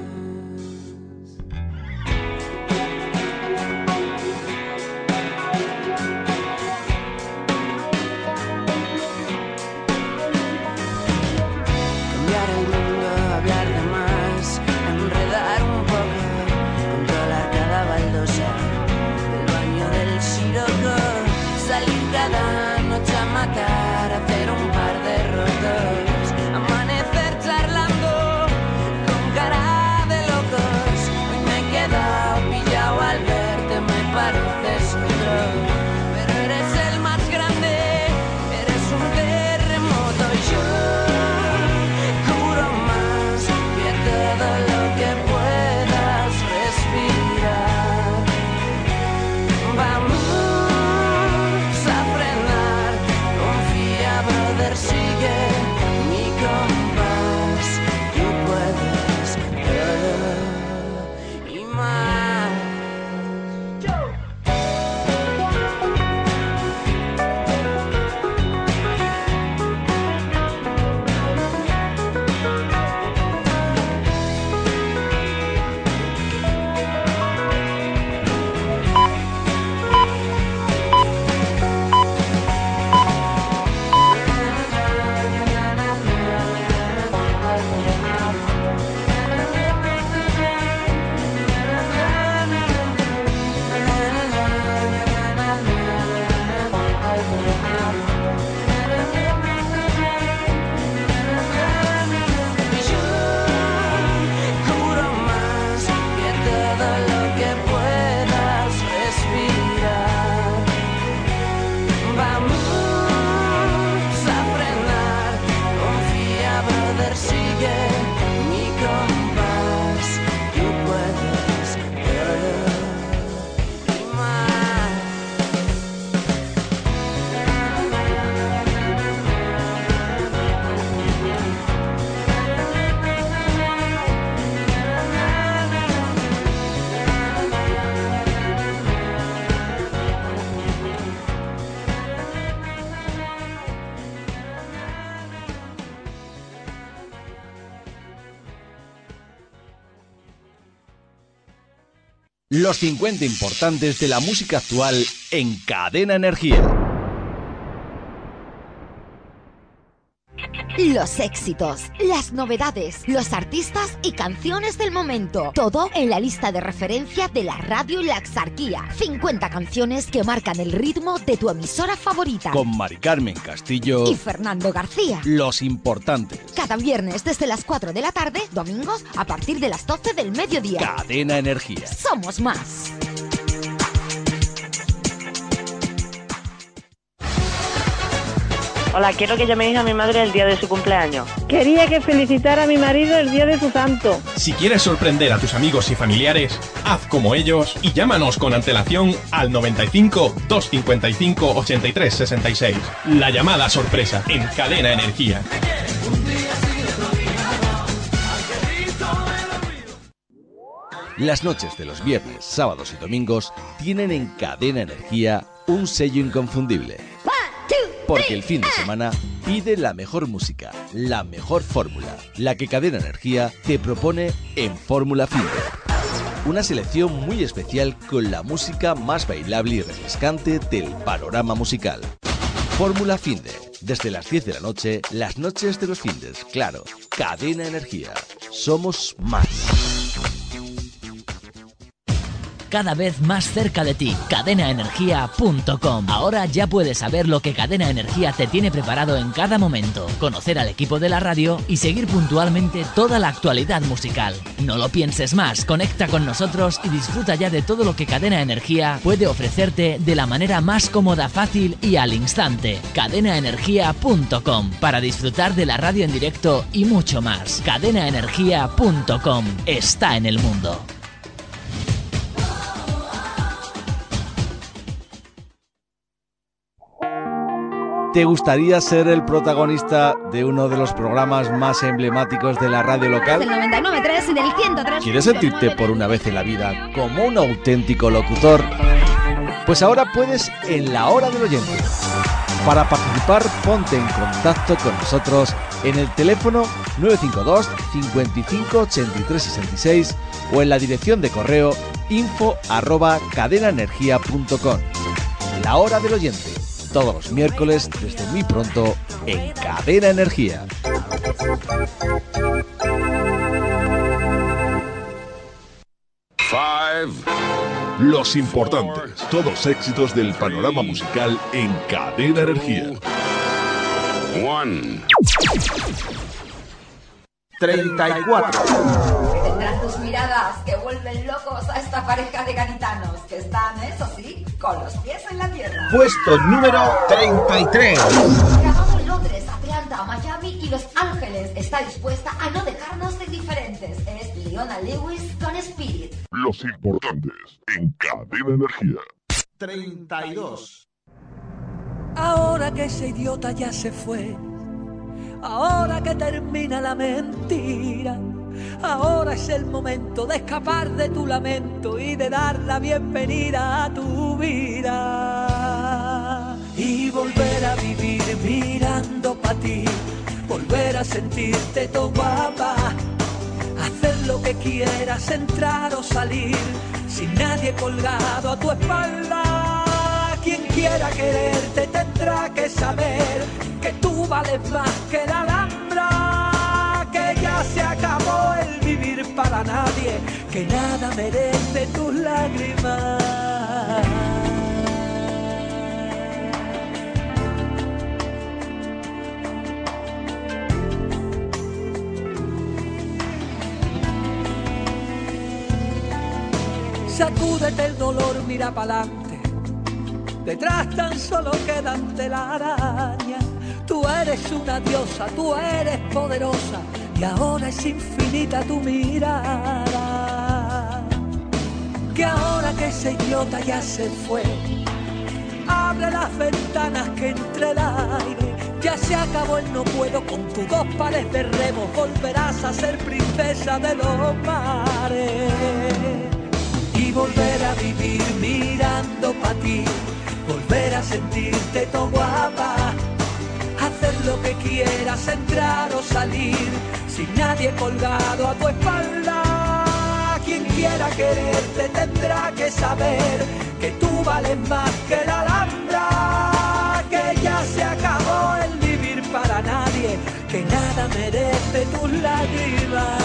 Cambiar el mundo, hablar de más, enredar un poco, controlar cada baldosa del baño del siroco, salir cada noche a matar, hacer un par de rotos, amanecer charlando con cara de locos. Hoy me he quedado pillado al verte, me pareces otro, pero eres el más grande, eres un terremoto y yo curo más que todo lo que puedas respirar. Vamos a frenar, Los cincuenta importantes de la música actual en Cadena Energía. Los éxitos, las novedades, los artistas y canciones del momento. Todo en la lista de referencia de la radio y la Axarquía. cincuenta canciones que marcan el ritmo de tu emisora favorita. Con Mari Carmen Castillo y Fernando García. Los importantes. Cada viernes desde las cuatro de la tarde, domingos a partir de las doce del mediodía. Cadena Energía. Somos más. Hola, quiero que llaméis a mi madre el día de su cumpleaños. Quería que felicitara a mi marido el día de su santo. Si quieres sorprender a tus amigos y familiares, haz como ellos y llámanos con antelación al noventa y cinco, doscientos cincuenta y cinco, ochenta y tres sesenta y seis. La llamada sorpresa en Cadena Energía. Las noches de los viernes, sábados y domingos tienen en Cadena Energía un sello inconfundible. Porque el fin de semana pide la mejor música, la mejor fórmula, la que Cadena Energía te propone en Fórmula Finder. Una selección muy especial con la música más bailable y refrescante del panorama musical. Fórmula Finder, desde las diez de la noche, las noches de los findes, claro. Cadena Energía, somos más. Cada vez más cerca de ti, cadena energía punto com. Ahora ya puedes saber lo que Cadena Energía te tiene preparado en cada momento, conocer al equipo de la radio y seguir puntualmente toda la actualidad musical. No lo pienses más, conecta con nosotros y disfruta ya de todo lo que Cadena Energía puede ofrecerte de la manera más cómoda, fácil y al instante. cadena energía punto com, para disfrutar de la radio en directo y mucho más. cadena energía punto com, está en el mundo. ¿Te gustaría ser el protagonista de uno de los programas más emblemáticos de la radio local? Del noventa y nueve punto tres y del ciento tres. ¿Quieres sentirte por una vez en la vida como un auténtico locutor? Pues ahora puedes en La Hora del Oyente. Para participar, ponte en contacto con nosotros en el teléfono nueve cinco dos, cincuenta y cinco, ochenta y tres sesenta y seis o en la dirección de correo info arroba cadena energía punto com. La Hora del Oyente, todos los miércoles desde muy pronto en Cadena Energía. Five. Los importantes, todos éxitos del panorama musical en Cadena Energía. One. treinta y cuatro. Tendrán tus miradas que vuelven locos a esta pareja de gaditanos que están, eso sí, con los pies en la tierra. Puesto número treinta y tres. Grabamos en Londres, Atlanta, Miami y Los Ángeles. Está dispuesta a no dejarnos de indiferentes. Es Leona Lewis con Spirit. Los importantes en Cadena Energía. treinta y dos. Ahora que ese idiota ya se fue, ahora que termina la mentira, ahora es el momento de escapar de tu lamento y de dar la bienvenida a tu vida. Y volver a vivir mirando pa' ti, volver a sentirte tu guapa, hacer lo que quieras, entrar o salir, sin nadie colgado a tu espalda. Quien quiera quererte tendrá que saber que tú vales más que la Alhambra, que ya se acabó el vivir para nadie, que nada merece tus lágrimas. Sacúdete el dolor, mira pa'lante. Detrás tan solo quedan telarañas. Tú eres una diosa, tú eres poderosa y ahora es infinita tu mirada. Que ahora que ese idiota ya se fue, abre las ventanas que entre el aire. Ya se acabó el no puedo, con tus dos pares de remos volverás a ser princesa de los mares. Y volver a vivir mirando pa' ti, volver a sentirte tan guapa, hacer lo que quieras, entrar o salir, sin nadie colgado a tu espalda. Quien quiera quererte tendrá que saber que tú vales más que la Alhambra, que ya se acabó el vivir para nadie, que nada merece tus lágrimas.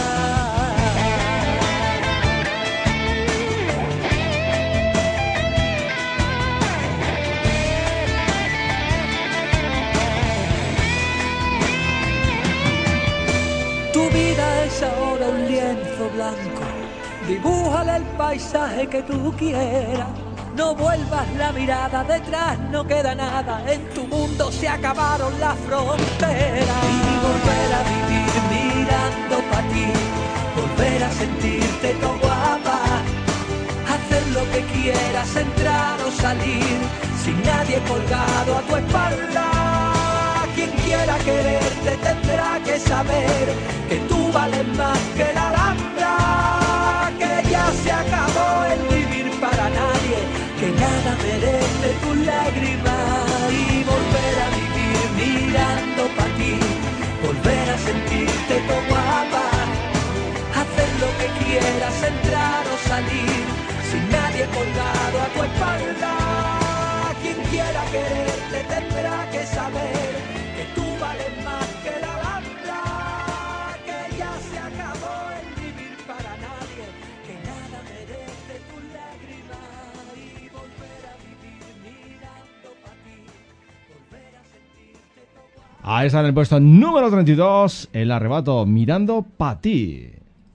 Tu vida es ahora un lienzo blanco, dibújale el paisaje que tú quieras. No vuelvas la mirada detrás, no queda nada, en tu mundo se acabaron las fronteras. Y volver a vivir mirando pa' ti, volver a sentirte tan guapa, hacer lo que quieras, entrar o salir, sin nadie colgado a tu espalda. Quien quiera quererte tendrá que saber que tú vales más que la Alhambra, que ya se acabó el vivir para nadie, que nada merece tus lágrimas. Y volver a vivir mirando pa' ti, volver a sentirte tan guapa, hacer lo que quieras, entrar o salir, sin nadie colgado a tu espalda. Quien quiera quererte tendrá que saber que tú vales más que la Alhambra, que ya se acabó el vivir para nadie, que nada merece tus lágrimas. Y volver a vivir mirando pa' ti, volver a sentirte tan guapa. Ahí está en el puesto número treinta y dos, El Arrebato, Mirando pa' ti.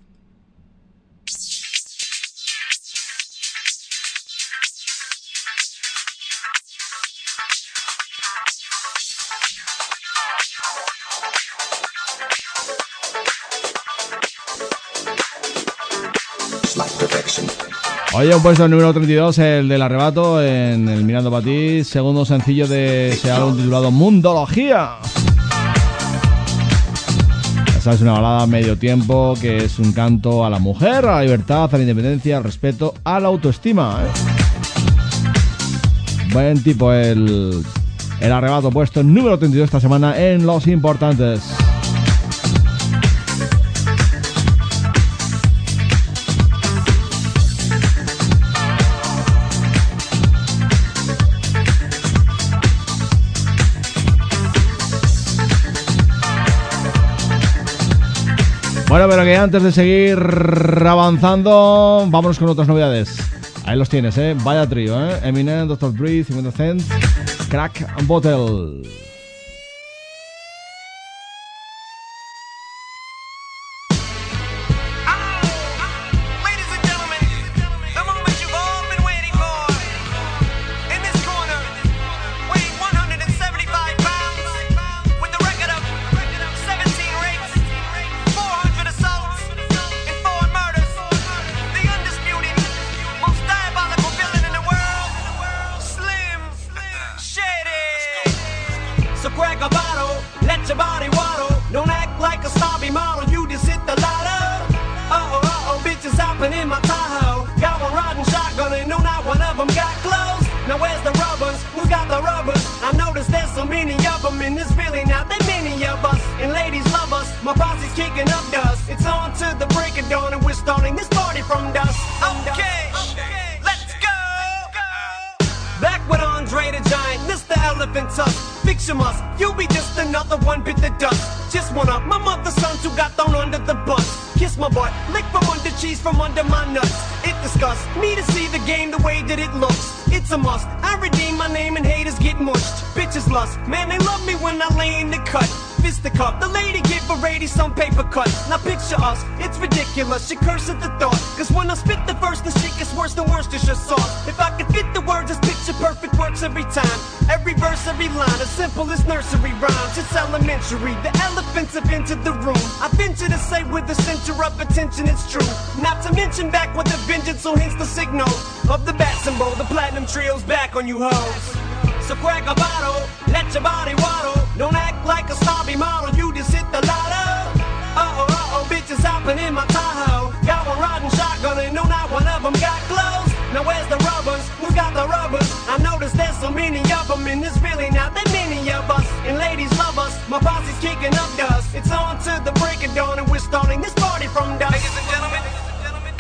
Oye, un puesto número treinta y dos, el del Arrebato, en el Mirando pa' ti, segundo sencillo de ese álbum titulado Mundología. Esa es una balada a medio tiempo que es un canto a la mujer, a la libertad, a la independencia, al respeto, a la autoestima, ¿eh? Buen tipo el, el Arrebato, puesto número treinta y dos esta semana en Los Importantes. Bueno, pero que antes de seguir avanzando, vámonos con otras novedades. Ahí los tienes, ¿eh? Vaya trío, ¿eh? Eminem, doctor Dre, cincuenta Cent, Crack and Bottle. Man, they love me when I lay in the cut. Fisticuff, the lady gave a lady some paper cut. Now picture us, it's ridiculous. She curses at the thought. Cause when I spit the verse, the shit gets worse than worse, it's just sauce. If I could fit the words, this picture perfect works every time. Every verse, every line, as simple as nursery rhymes. It's elementary, the elephants have entered the room. I venture to say with the center of attention, it's true. Not to mention back with a vengeance, so hence the signal of the bat symbol. The platinum trio's back on you hoes. So crack a bottle, let your body waddle. Don't act like a snobby model, you just hit the lotto. Uh-oh, uh-oh, bitches hopping in my Tahoe. Got one riding shotgun and no, not one of them got clothes. Now where's the rubbers? Who got the rubbers? I noticed there's so many of them and there's really not that many of us. And ladies love us, my posse's kicking up dust. It's on to the break of dawn and we're starting this party from dusk. Ladies and gentlemen, Doctor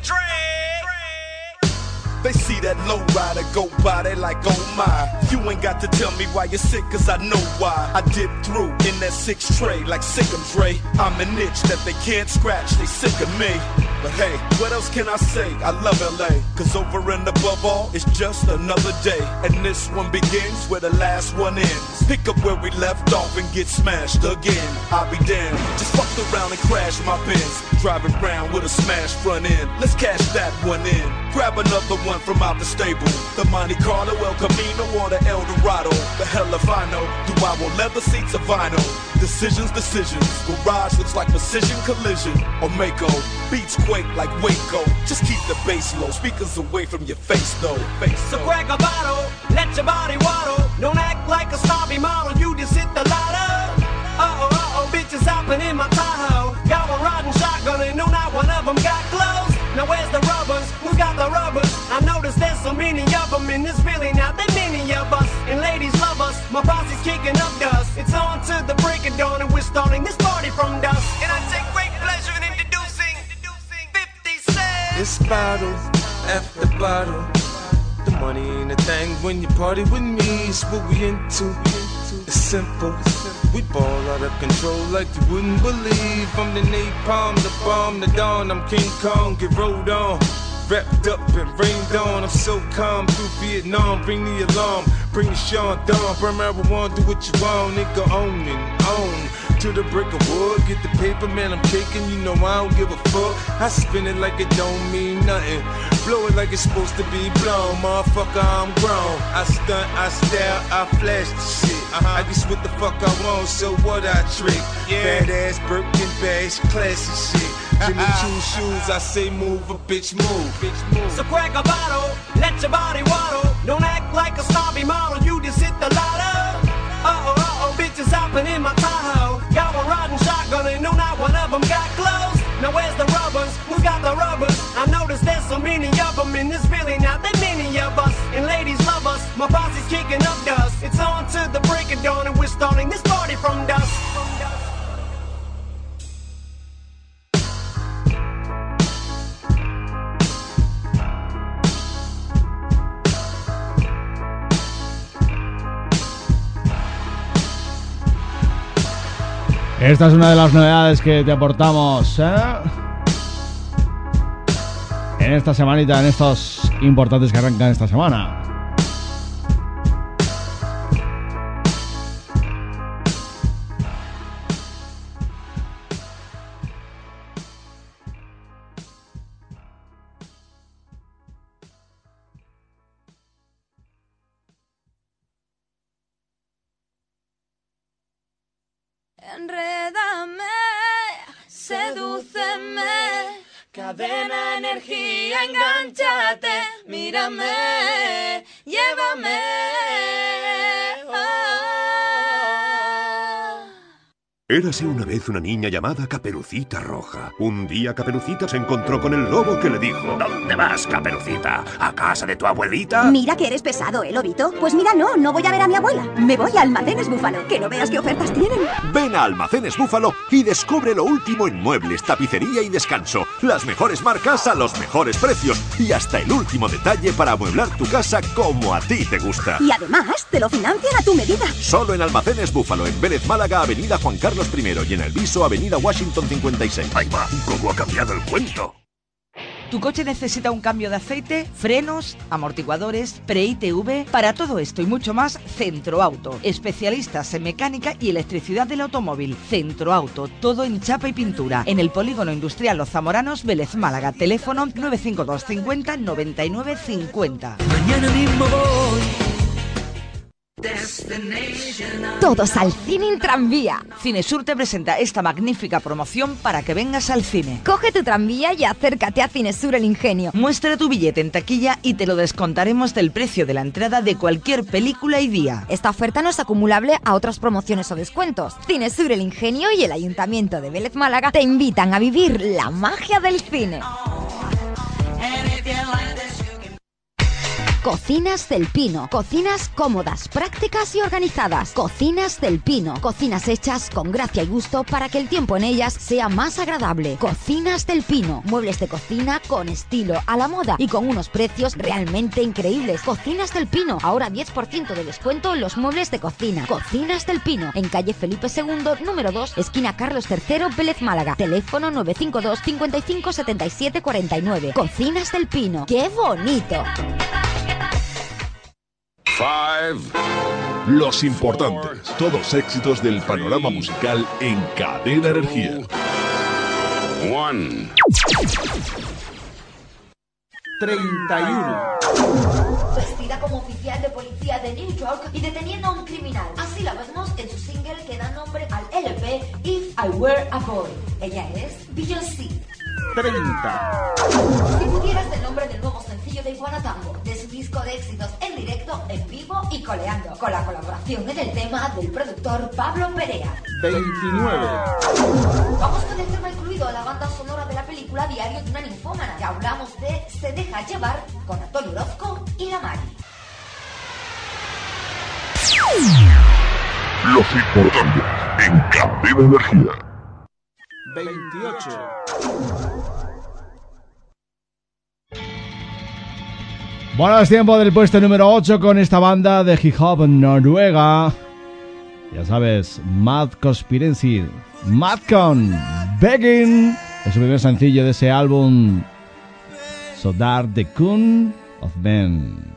They see that low rider go by, they like, oh my. You ain't got to tell me why you're sick, cause I know why. I dipped through in that six tray like Sick'em Dre. I'm an itch that they can't scratch, they sick of me. But hey, what else can I say? I love L A, cause over and above all, it's just another day. And this one begins where the last one ends. Pick up where we left off and get smashed again. I'll be damned, just fucked around and crashed my Benz. Driving around with a smashed front end. Let's cash that one in. Grab another one from out the stable. The Monte Carlo, El Camino, or the El Dorado. The hell if I know. Do I want leather seats or vinyl? Decisions, decisions. Garage looks like precision collision. Or Mako. Beats quake like Waco. Just keep the bass low. Speakers away from your face though. Face So crack a bottle, let your body waddle. Don't act like a snobby model, you just hit the lotto. Uh-oh, uh-oh, bitches hopping in my Tahoe. Got one riding shotgun and no, not one of them got clothes. Now where's the rubbers? Who's got the rubbers? I noticed there's so many of them in this Philly. Now there many of us, and ladies love us. My posse's kicking up dust. It's on to the break of dawn and we're starting this party from dusk. And I take great pleasure in introducing fifty Cent. It's bottle after bottle. The money ain't a thing when you party with me. It's what we into. It's simple. We ball out of control like you wouldn't believe. I'm the napalm, the bomb, the dawn. I'm King Kong, get rolled on. Wrapped up and rained on. I'm so calm through Vietnam. Bring the alarm, bring the Sean Dawn. Burn marijuana, do what you want. Nigga, own it, own. To the brick of wood, get the paper, man, I'm caking. You know I don't give a fuck. I spin it like it don't mean nothing. Blow it like it's supposed to be blown. Motherfucker, I'm grown. I stunt, I style, I flash the shit. Uh-huh. I guess what the fuck I want, so what I trick. Yeah. Badass Birkin bags, classy shit. Jimmy Choo shoes, I say move, a bitch move. Bitch move. So crack a bottle, let your body waddle. Don't act like a snobby model, you just hit the lotto. Uh-oh, uh-oh, bitches hopping in my Tahoe. Got one riding shotgun and no, not one of them got clothes. Now where's the rubbers? Who's got the rubbers? I noticed there's so many of them in this Philly. Now there many of us, and ladies love us. My posse's kicking up dust. It's on to the break of dawn and we're starting this party from dusk. Esta es una de las novedades que te aportamos, ¿eh? En esta semanita, en estos importantes que arrancan esta semana. Enrédame, sedúceme, cadena energía, engánchate, mírame, llévame. Oh. Érase una vez una niña llamada Caperucita Roja. Un día Caperucita se encontró con el lobo que le dijo: ¿Dónde vas, Caperucita? ¿A casa de tu abuelita? Mira que eres pesado, ¿eh, lobito? Pues mira, no, no voy a ver a mi abuela. Me voy a Almacenes Búfalo, que no veas qué ofertas tienen. Ven a Almacenes Búfalo y descubre lo último en muebles, tapicería y descanso. Las mejores marcas a los mejores precios y hasta el último detalle para amueblar tu casa como a ti te gusta. Y además, te lo financian a tu medida. Solo en Almacenes Búfalo, en Vélez Málaga, Avenida Juan Carlos primero y en El Viso, Avenida Washington cincuenta y seis. Ahí va, ¿cómo ha cambiado el cuento? ¿Tu coche necesita un cambio de aceite, frenos, amortiguadores, pre-I T V? Para todo esto y mucho más, Centroauto. Especialistas en mecánica y electricidad del automóvil. Centroauto, todo en chapa y pintura. En el Polígono Industrial Los Zamoranos, Vélez Málaga. Teléfono nueve cinco dos cincuenta noventa y nueve cincuenta. Mañana mismo voy. Todos al cine en tranvía. Cinesur te presenta esta magnífica promoción para que vengas al cine. Coge tu tranvía y acércate a Cinesur El Ingenio. Muestra tu billete en taquilla y te lo descontaremos del precio de la entrada de cualquier película y día. Esta oferta no es acumulable a otras promociones o descuentos. Cinesur El Ingenio y el Ayuntamiento de Vélez Málaga te invitan a vivir la magia del cine. Cocinas del Pino. Cocinas cómodas, prácticas y organizadas. Cocinas del Pino. Cocinas hechas con gracia y gusto para que el tiempo en ellas sea más agradable. Cocinas del Pino. Muebles de cocina con estilo, a la moda y con unos precios realmente increíbles. Cocinas del Pino. Ahora diez por ciento de descuento en los muebles de cocina. Cocinas del Pino. En calle Felipe segundo, número dos, esquina Carlos tercero, Vélez, Málaga. Teléfono nueve cinco dos, cincuenta y cinco, setenta y siete cuarenta y nueve. Cocinas del Pino. ¡Qué bonito! Five. Los importantes. Todos éxitos del panorama musical en Cadena Energía. One. treinta y uno. Vestida como oficial de policía de New York y deteniendo a un criminal. Así la vemos en su single que da nombre al L P If I Were a Boy. Ella es Beyoncé. treinta. Si pudieras, el nombre del nuevo sencillo de Iguanatambo, de su disco de éxitos en directo, en vivo y coleando, con la colaboración en el tema del productor Pablo Perea. veintinueve. Vamos con el tema incluido a la banda sonora de la película Diario de una ninfómana, que hablamos de Se deja llevar con Antonio Orozco y La Mari. Los importantes en Cadena Energía. veintiocho. Bueno, es tiempo del puesto número ocho con esta banda de hip hop noruega. Ya sabes, Mad Conspiracy. Mad con Begging. Es su primer sencillo de ese álbum So Dark the Kun of Men.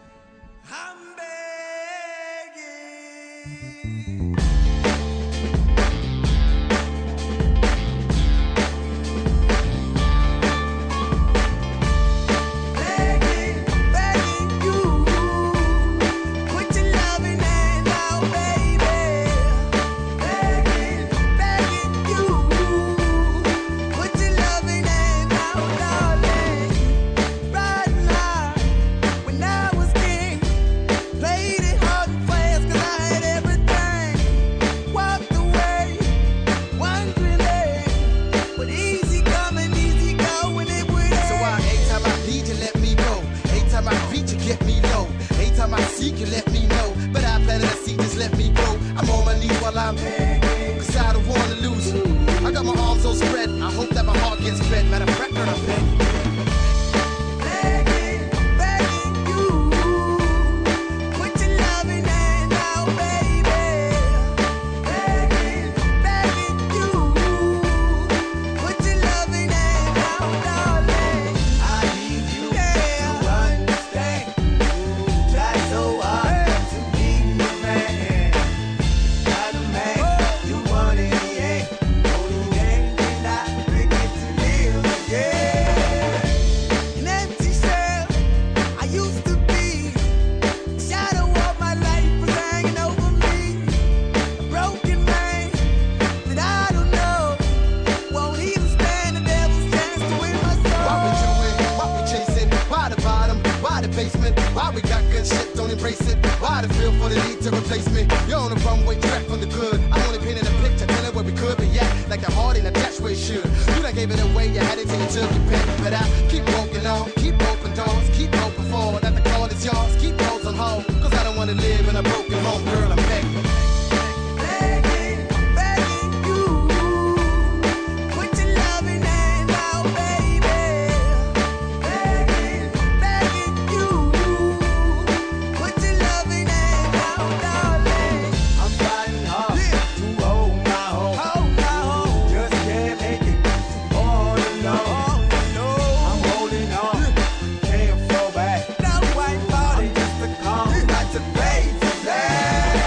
Baby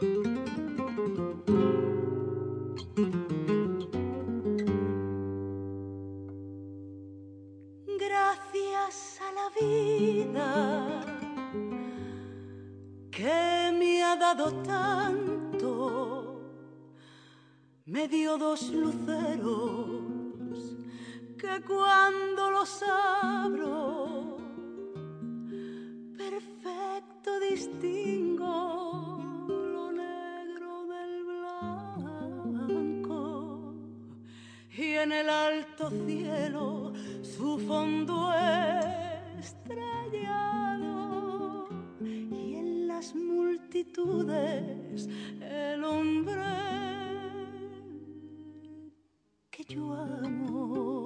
Gracias a la vida que me ha dado tanto, me dio dos luceros que cuando los abro perfecto distingo lo negro del blanco, y en el alto cielo su fondo estrellado, y en las multitudes el hombre que yo amo.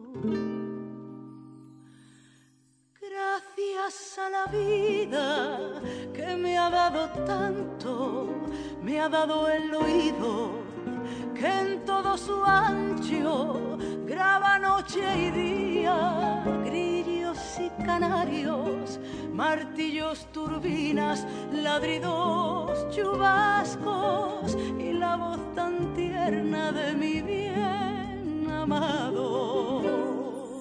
Gracias a la vida que me ha dado tanto, me ha dado el oído que en todo su ancho graba noche y día, grillos y canarios, martillos, turbinas, ladridos, chubascos y la voz tan tierna de mi bien amado.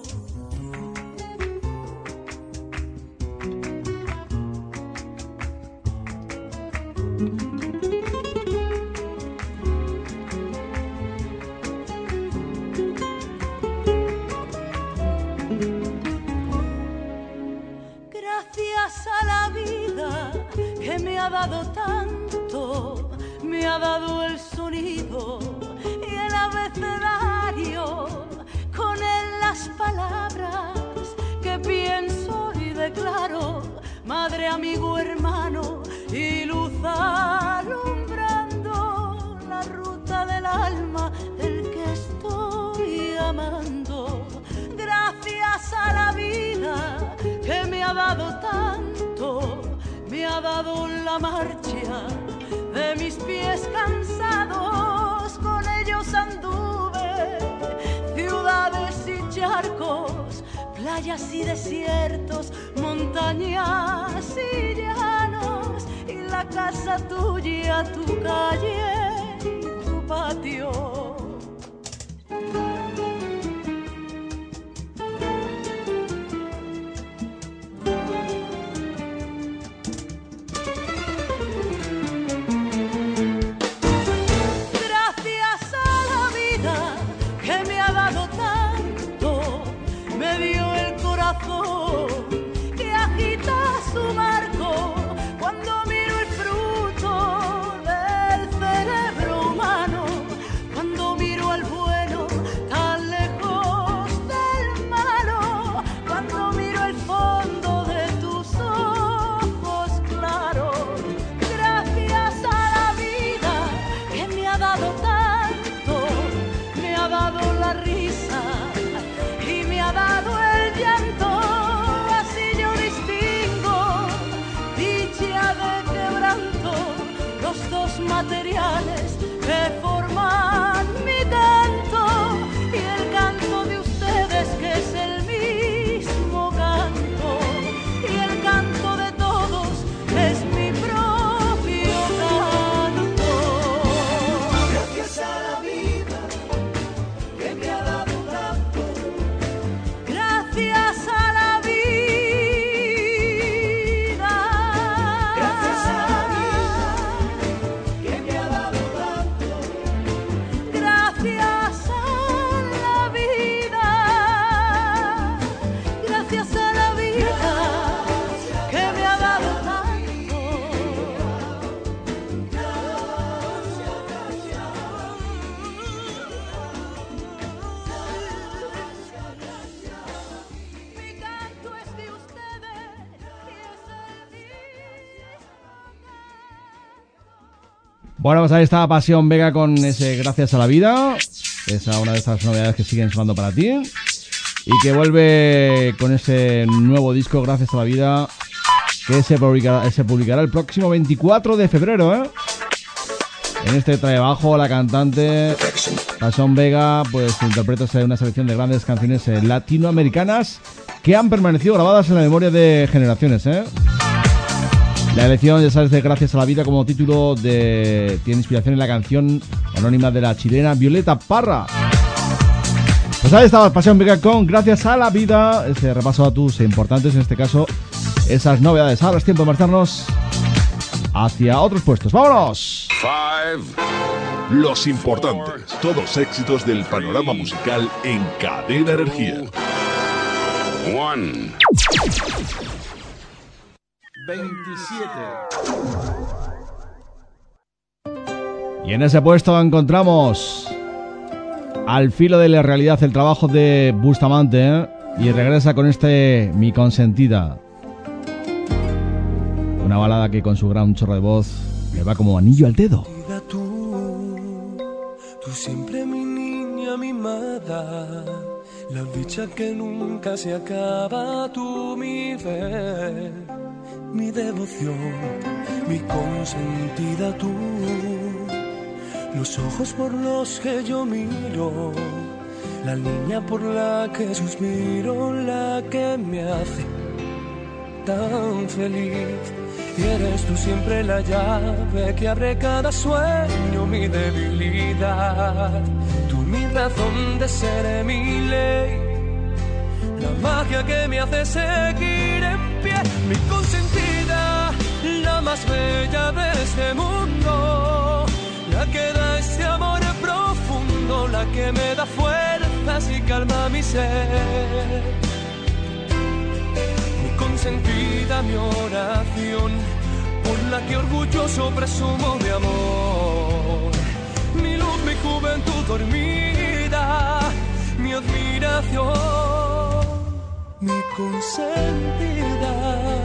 Gracias a la vida que me ha dado tanto, me ha dado el sonido y el abecedario, con él las palabras que pienso y declaro, madre, amigo, hermano y luz alumbrando la ruta del alma del que estoy amando. Gracias a la vida que me ha dado tanto, me ha dado la marcha de mis pies cansados, con ellos anduve ciudades y charcos, playas y desiertos, montañas y llanos, y la casa tuya, tu calle y tu patio. Que agita su marco cuando miro el fruto del cerebro humano, cuando miro al bueno tan lejos del malo, cuando miro el fondo de tus ojos claros. Gracias a la vida que me ha dado tanto, me ha dado la risa y me ha dado el llanto. Los dos materiales que forman mi canto y el canto de ustedes que es el mismo canto, y el canto de todos es mi propio canto. Gracias a la vida que me ha dado tanto, gracias a la vida. Bueno, pues ahí está Pasión Vega con ese Gracias a la Vida. Esa es una de estas novedades que siguen sonando para ti. Y que vuelve con ese nuevo disco, Gracias a la Vida, que se publicará, se publicará el próximo veinticuatro de febrero, ¿eh? En este trabajo la cantante Pasión Vega pues interpreta una selección de grandes canciones latinoamericanas que han permanecido grabadas en la memoria de generaciones, ¿eh? La elección, ya sabes, de Gracias a la Vida como título de... tiene inspiración en la canción anónima de la chilena Violeta Parra. Pues ahí estaba Pasión Vega con Gracias a la Vida, ese repaso a tus importantes, en este caso, esas novedades. Ahora es tiempo de marcharnos hacia otros puestos. ¡Vámonos! Five. Los importantes, todos éxitos del panorama musical en Cadena Energía. One. veintisiete. Y en ese puesto encontramos Al filo de la realidad, el trabajo de Bustamante, ¿eh? Y regresa con este Mi consentida, una balada que con su gran chorro de voz le va como anillo al dedo. Tú, tú siempre mi niña mimada, la dicha que nunca se acaba, tú mi fe, mi devoción, mi consentida tú, los ojos por los que yo miro, la niña por la que suspiro, la que me hace tan feliz. Y eres tú siempre la llave que abre cada sueño, mi debilidad, tú mi razón de ser, mi ley, la magia que me hace seguir en pie, mi consentida, la más bella de este mundo, la que da este amor profundo, la que me da fuerzas y calma mi ser. Mi consentida, mi oración, por la que orgulloso presumo de amor. Mi luz, mi juventud dormida, mi admiración, mi consentida.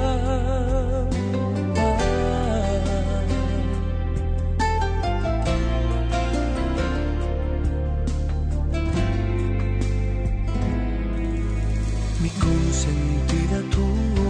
Mi consentida tú,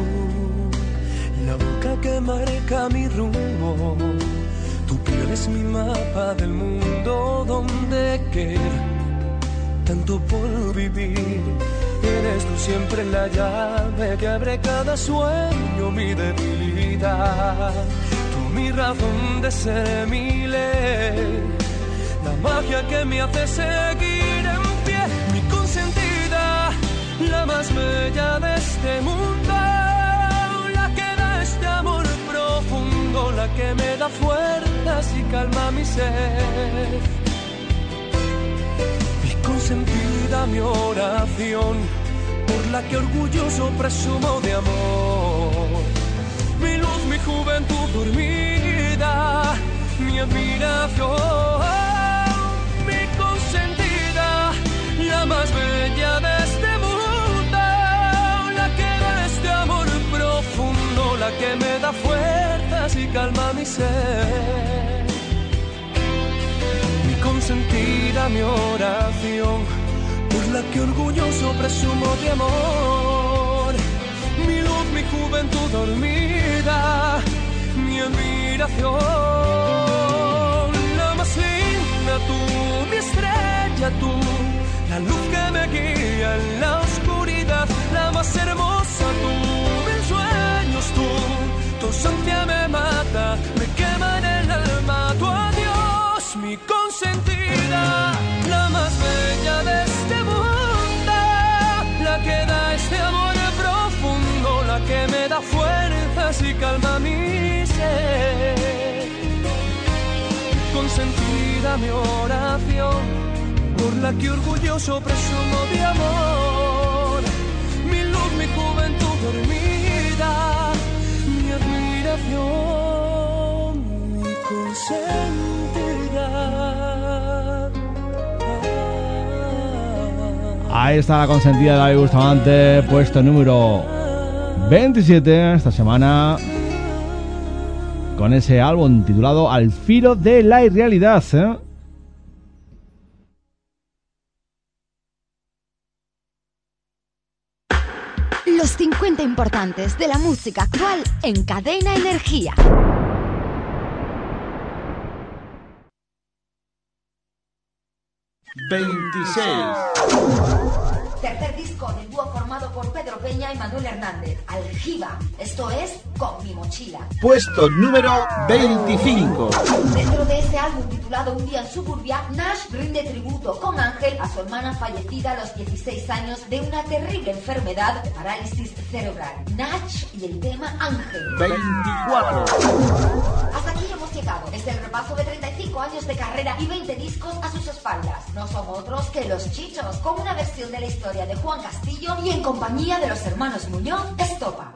la boca que marca mi rumbo, tu piel es mi mapa del mundo donde queda tanto por vivir. Eres tú siempre la llave que abre cada sueño, mi debilidad, tú mi razón de ser, mi ley, la magia que me hace seguir en pie, mi consentida, la más bella de este mundo, la que da este amor profundo, la que me da fuerzas y calma mi ser. Mi consentida, mi oración, por la que orgulloso presumo de amor. Mi luz, mi juventud dormida, mi admiración. Mi consentida, la más bella de este mundo, la que da este amor profundo, la que me da fuerzas y calma mi ser. Mi consentida, mi oración, por la que orgulloso presumo de amor. Mi luz, mi juventud dormida, mi admiración. La más linda tú, mi estrella tú, la luz que me guía en la oscuridad, la más hermosa tú, mis sueños tú, tu ausencia me mata, me quema en el alma tu adiós. Mi consentida, la más bella de este mundo, la que da este amor profundo, la que me da fuerzas y calma mi ser. Mi consentida, mi oración, por la que orgulloso presumo de amor. Mi luz, mi juventud dormida, mi admiración, mi consentida. Ahí está la consentida de David Bustamante, puesto número veintisiete esta semana, con ese álbum titulado Al filo de la irrealidad, ¿eh? Los cincuenta importantes de la música actual en Cadena Energía. veintiséis. Tercer disco del dúo formado por Pedro Pedro Peña y Manuel Hernández. Aljiba, esto es Con mi mochila. Puesto número veinticinco. Dentro de ese álbum titulado Un día en suburbia, Nash rinde tributo con Ángel a su hermana fallecida a los dieciséis años de una terrible enfermedad de parálisis cerebral. Nash y el tema Ángel. veinticuatro. Hasta aquí hemos llegado. Es el repaso de treinta y cinco años de carrera y veinte discos a sus espaldas. No son otros que Los Chichos, con una versión de la historia de Juan Castillo y en compañía de los hermanos Muñoz, Estopa.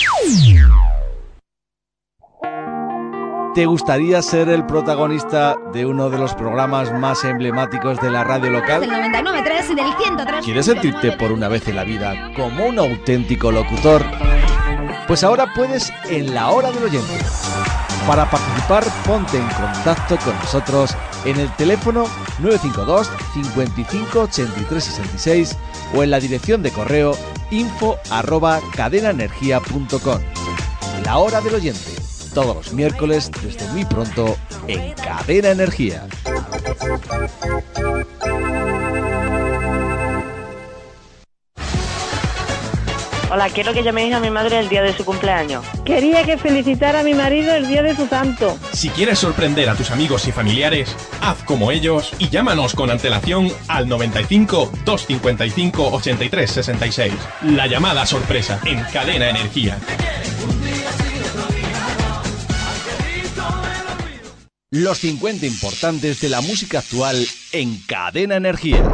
¿Te gustaría ser el protagonista de uno de los programas más emblemáticos de la radio local? Del noventa y nueve punto tres y del ciento tres. ¿Quieres sentirte por una vez en la vida como un auténtico locutor? Pues ahora puedes en La Hora del Oyente. Para participar, ponte en contacto con nosotros en el teléfono nueve cinco dos, cincuenta y cinco, ochenta y tres sesenta y seis o en la dirección de correo info arroba cadenaenergia punto com. La Hora del Oyente, todos los miércoles desde muy pronto en Cadena Energía. Hola, quiero que llaméis a mi madre el día de su cumpleaños. Quería que felicitara a mi marido el día de su santo. Si quieres sorprender a tus amigos y familiares, haz como ellos y llámanos con antelación al noventa y cinco, doscientos cincuenta y cinco, ochenta y tres sesenta y seis. La llamada sorpresa en Cadena Energía. Los cincuenta importantes de la música actual en Cadena Energía.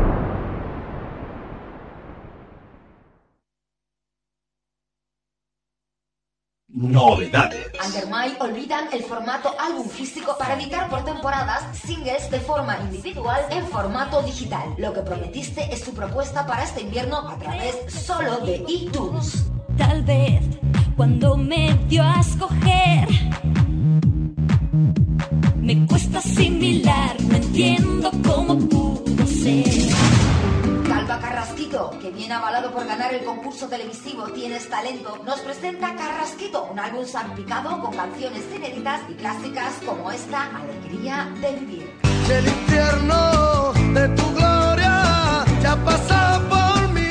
Novedades. Undermine olvidan el formato álbum físico para editar por temporadas singles de forma individual en formato digital. Lo que prometiste es su propuesta para este invierno a través solo de iTunes. Tal vez cuando me dio a escoger me cuesta asimilar, no entiendo cómo pudo ser. Calva Carrasquito, que viene avalado por ganar el concurso televisivo Tienes Talento, nos presenta Carrasquito, un álbum salpicado con canciones inéditas y clásicas como esta Alegría de Vivir. El infierno de tu gloria ya pasa por mí.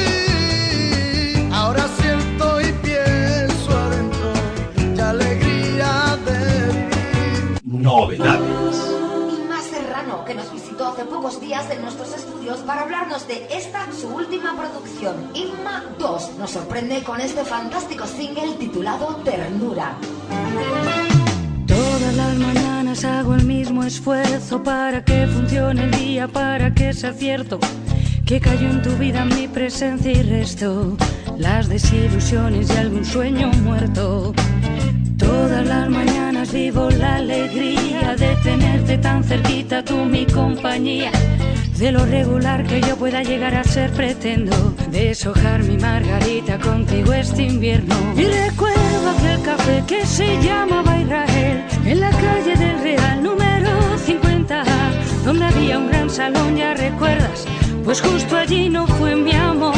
Ahora siento y pienso adentro, ya alegría de vivir. Novedades. Serrano, que nos visitó hace pocos días en nuestros estudios para hablarnos de esta, su última producción, Inma dos. Nos sorprende con este fantástico single titulado Ternura. Todas las mañanas hago el mismo esfuerzo para que funcione el día, para que sea cierto que cayó en tu vida mi presencia y resto las desilusiones y algún sueño muerto. Todas las mañanas vivo la alegría de tenerte tan cerquita, tú mi compañía. De lo regular que yo pueda llegar a ser pretendo deshojar mi margarita contigo este invierno. Y recuerdo aquel café que se llamaba Israel en la calle del Real número cincuenta A, donde había un gran salón, ya recuerdas, pues justo allí no fue mi amor.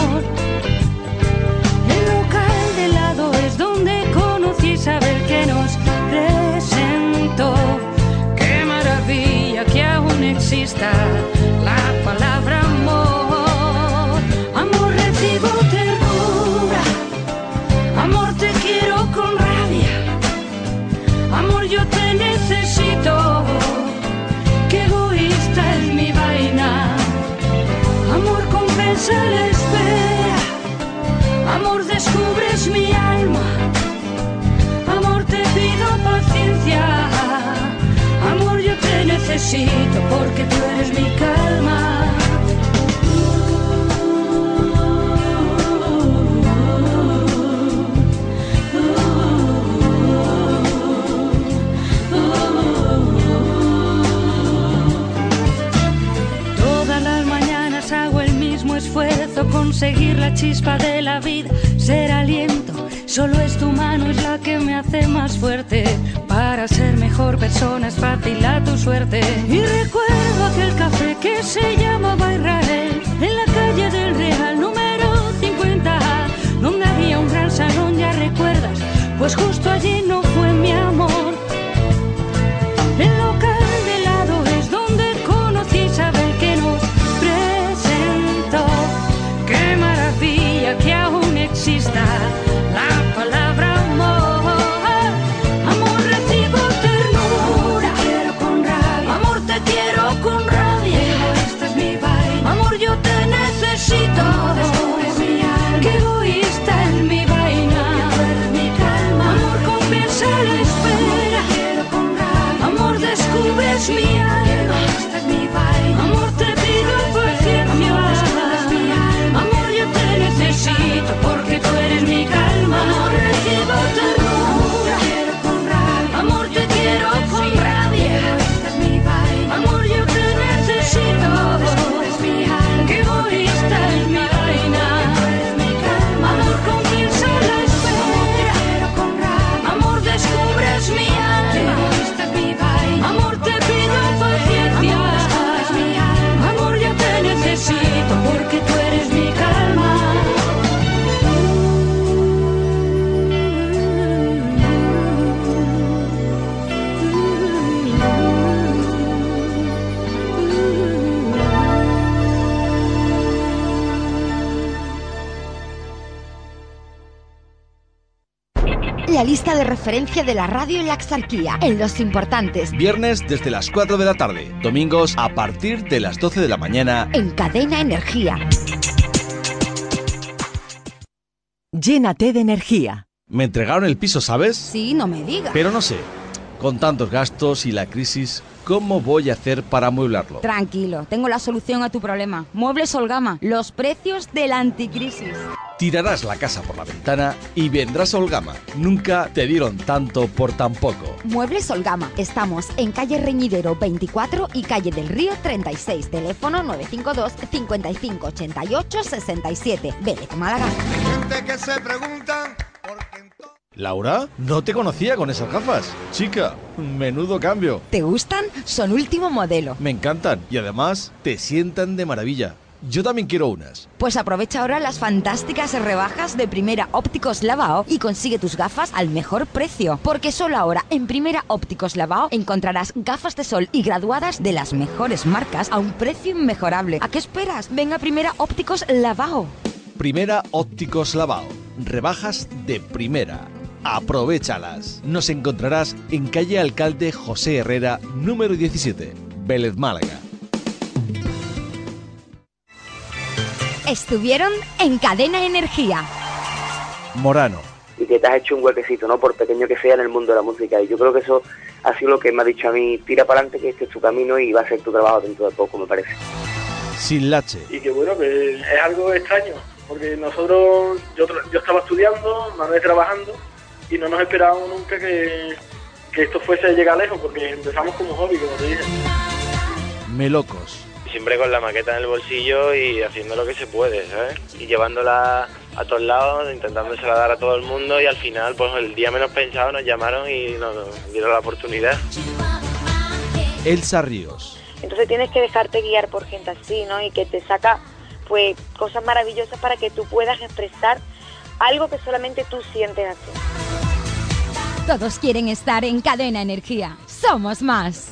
El local de lado es donde conocí a Isabel que nos presentó. Qué maravilla que aún exista la palabra amor. Amor, recibo ternura, amor, te quiero con rabia, amor, yo te necesito, qué egoísta es mi vaina. Amor, compensa la espera, amor, descubres mi alma, amor, te pido paciencia, amor, yo te necesito porque tú eres mi calma. Todas las mañanas hago el mismo esfuerzo, conseguir la chispa de la vida, ser aliento. Solo es tu mano, es la que me hace más fuerte. Para ser mejor persona es fácil a tu suerte. Y recuerdo aquel café que se llamaba Israel en la calle del Real número cincuenta A, donde había un gran salón, ya recuerdas, pues justo allí no fue mi amor. El local de lado es donde conocí a Isabel que nos presentó. Qué maravilla que aún existe descubres mi alma. Amor, te pido paciencia. Amor, yo te necesito porque tú eres mi calma. Amor, recibo ternura. Amor, te quiero con rabia. Amor, yo te necesito. Qué bonita es mi vaina. Amor, comienza la espera. Amor, descubres mi alma. Amor, te pido paciencia. Amor, yo te necesito porque tú eres mi calma. La lista de referencia de la radio en la Axarquía, en Los Importantes. Viernes desde las cuatro de la tarde, domingos a partir de las doce de la mañana. En Cadena Energía. Llénate de energía. Me entregaron el piso, ¿sabes? Sí, no me digas. Pero no sé, con tantos gastos y la crisis, ¿cómo voy a hacer para amueblarlo? Tranquilo, tengo la solución a tu problema. Muebles Olgama, los precios de la anticrisis. Tirarás la casa por la ventana y vendrás a Olgama. Nunca te dieron tanto por tan poco. Muebles Olgama. Estamos en calle Reñidero veinticuatro y calle del Río treinta y seis. Teléfono nueve cinco dos, cinco cinco ocho ocho, seis siete. Vélez, Málaga. Gente que se pregunta por qué... Laura, no te conocía con esas gafas. Chica, menudo cambio. ¿Te gustan? Son último modelo. Me encantan y además te sientan de maravilla. Yo también quiero unas. Pues aprovecha ahora las fantásticas rebajas de Primera Ópticos Lavao y consigue tus gafas al mejor precio. Porque solo ahora en Primera Ópticos Lavao encontrarás gafas de sol y graduadas de las mejores marcas a un precio inmejorable. ¿A qué esperas? Ven a Primera Ópticos Lavao. Primera Ópticos Lavao. Rebajas de primera. Aprovéchalas. Nos encontrarás en calle Alcalde José Herrera, número diecisiete, Vélez, Málaga. Estuvieron en Cadena Energía. Morano. Y que te has hecho un huequecito, ¿no? Por pequeño que sea, en el mundo de la música. Y yo creo que eso ha sido lo que me ha dicho a mí, tira para adelante, que este es tu camino y va a ser tu trabajo dentro de poco, me parece. Sin lache. Y que bueno, que es algo extraño, porque nosotros, yo, yo estaba estudiando, Manuel trabajando, y no nos esperábamos nunca que, que esto fuese a llegar lejos, porque empezamos como hobby, como te dije. Melocos. Siempre con la maqueta en el bolsillo y haciendo lo que se puede, ¿sabes? Y llevándola a todos lados, intentándosela dar a todo el mundo, y al final, pues el día menos pensado nos llamaron y nos dieron la oportunidad. Elsa Ríos. Entonces tienes que dejarte guiar por gente así, ¿no? Y que te saca, pues, cosas maravillosas para que tú puedas expresar algo que solamente tú sientes así. Todos quieren estar en Cadena Energía. Somos más.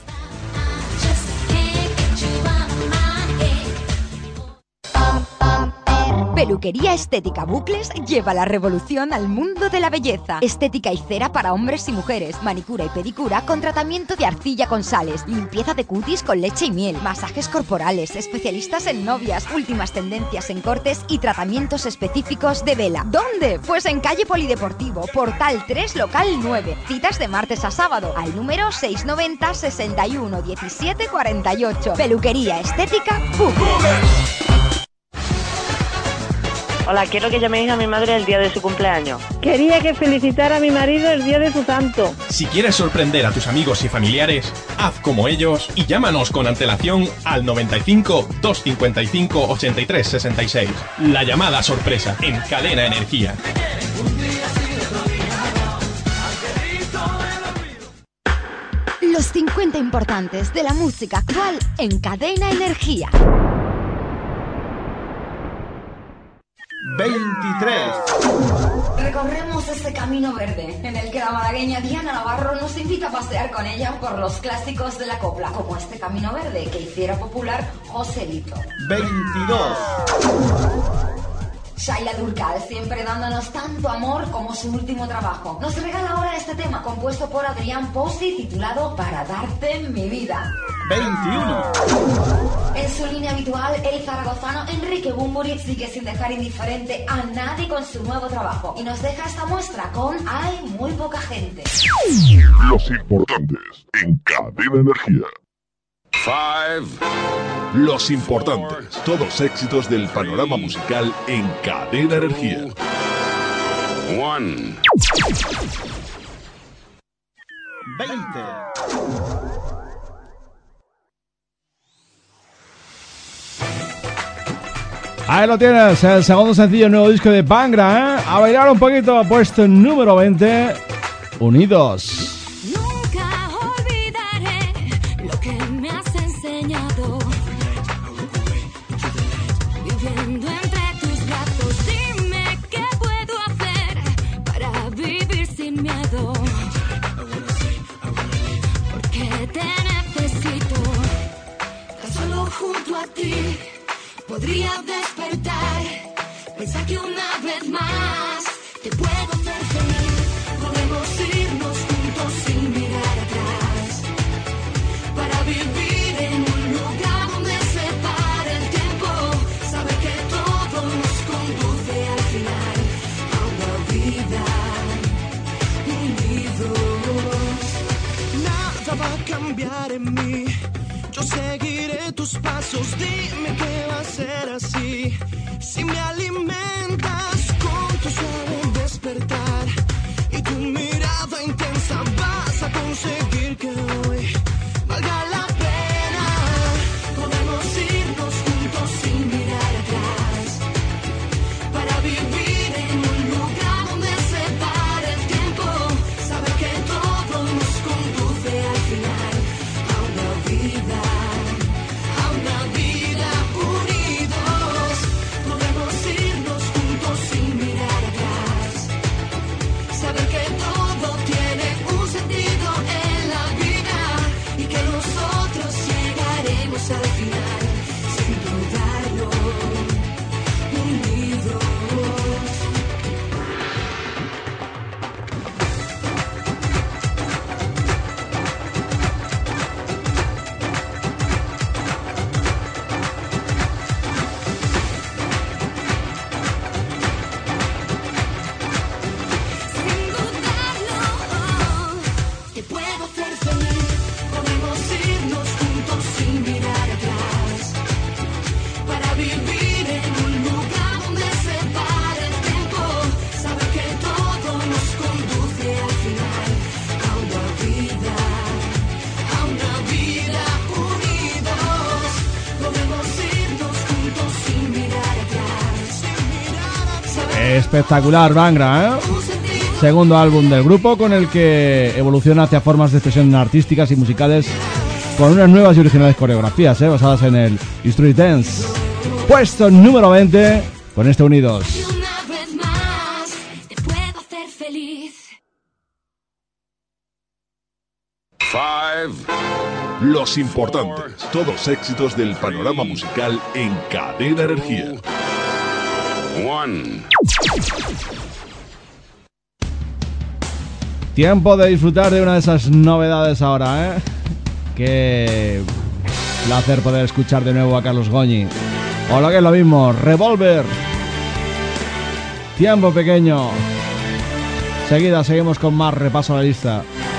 Peluquería Estética Bucles lleva la revolución al mundo de la belleza. Estética y cera para hombres y mujeres, manicura y pedicura con tratamiento de arcilla con sales, limpieza de cutis con leche y miel, masajes corporales, especialistas en novias, últimas tendencias en cortes y tratamientos específicos de vela. ¿Dónde? Pues en calle Polideportivo, Portal tres, local nueve. Citas de martes a sábado al número seiscientos noventa, sesenta y uno, diecisiete, cuarenta y ocho. Peluquería Estética Bucles. Hola, quiero que llaméis a mi madre el día de su cumpleaños. Quería que felicitara a mi marido el día de su santo. Si quieres sorprender a tus amigos y familiares, haz como ellos y llámanos con antelación al noventa y cinco, doscientos cincuenta y cinco, ochenta y tres, sesenta y seis. La llamada sorpresa en Cadena Energía. Los cincuenta importantes de la música actual en Cadena Energía. veintitrés. Recorremos este camino verde en el que la malagueña Diana Navarro nos invita a pasear con ella por los clásicos de la copla, como este camino verde que hiciera popular Joselito. veintidós. Shaila Durcal, siempre dándonos tanto amor como su último trabajo. Nos regala ahora este tema compuesto por Adrián Pozzi titulado Para darte mi vida. veintiuno. En su línea habitual, el zaragozano Enrique Bunbury sigue sin dejar indiferente a nadie con su nuevo trabajo y nos deja esta muestra con Hay muy poca gente. Los importantes en Cadena Energía. Five. Los importantes, todos éxitos del panorama musical en Cadena Energía. One. veinte. Ahí lo tienes, el segundo sencillo, nuevo disco de Bangra, ¿eh? A bailar un poquito, puesto número veinte, Unidos. Podría despertar, pensar que una vez más te puedo hacer feliz. Podemos irnos juntos sin mirar atrás, para vivir en un lugar donde se para el tiempo. Saber que todo nos conduce al final a una vida unidos. Nada va a cambiar en mí, yo seguiré tus pasos. Dime que va a ser así, si me alimentas con tu suave despertar y tu mirada intensa, vas a conseguir que hoy valga la pena. Podemos irnos juntos sin mirar atrás, para vivir en un lugar donde se para el tiempo. Saber que todo nos conduce al final a una vida. Espectacular, Bangra, ¿eh? Segundo álbum del grupo con el que evoluciona hacia formas de expresión artísticas y musicales con unas nuevas y originales coreografías, ¿eh? Basadas en el Street Dance. Puesto número veinte con este Unidos. Five. Los importantes, todos éxitos del panorama musical en Cadena Energía. One. Tiempo de disfrutar de una de esas novedades ahora, ¿eh? Qué placer poder escuchar de nuevo a Carlos Goñi. O lo que es lo mismo, Revolver. Tiempo pequeño. Seguida seguimos con más repaso a la lista.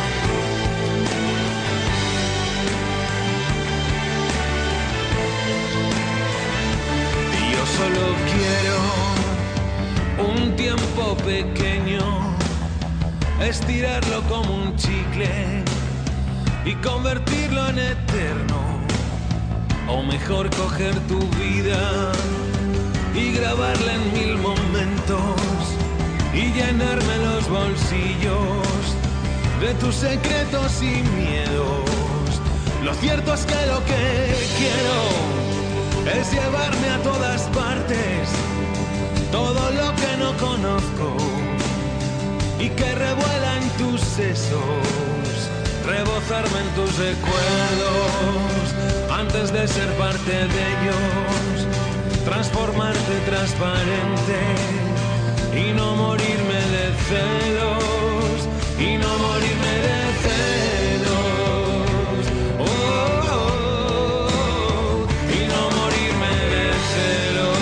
Pequeño, estirarlo como un chicle y convertirlo en eterno, o mejor coger tu vida y grabarla en mil momentos y llenarme los bolsillos de tus secretos y miedos. Lo cierto es que lo que quiero es llevarme a todas partes todo lo que no conozco y que revuela en tus sesos, rebozarme en tus recuerdos antes de ser parte de ellos, transformarte transparente y no morirme de celos, y no morirme de celos. Oh, oh, oh, y no morirme de celos.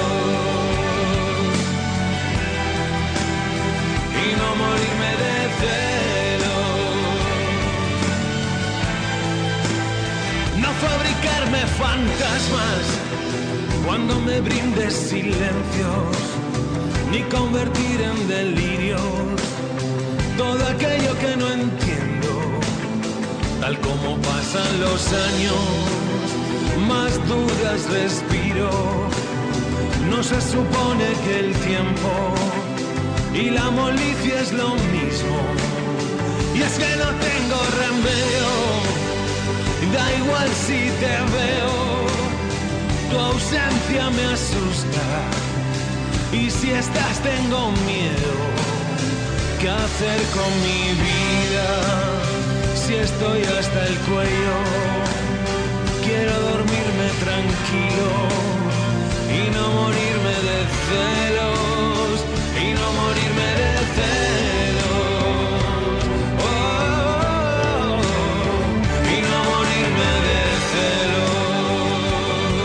Y no morirme de celos. No fabricarme fantasmas cuando me brindes silencios, ni convertir en delirios todo aquello que no entiendo. Tal como pasan los años, más dudas respiro. No se supone que el tiempo y la molicie es lo mismo. Y es que no tengo remedio, da igual si te veo, tu ausencia me asusta. Y si estás tengo miedo, ¿qué hacer con mi vida? Si estoy hasta el cuello, quiero dormirme tranquilo y no morirme de celos, y no morirme de celos, oh, oh, oh, y no morirme de celos,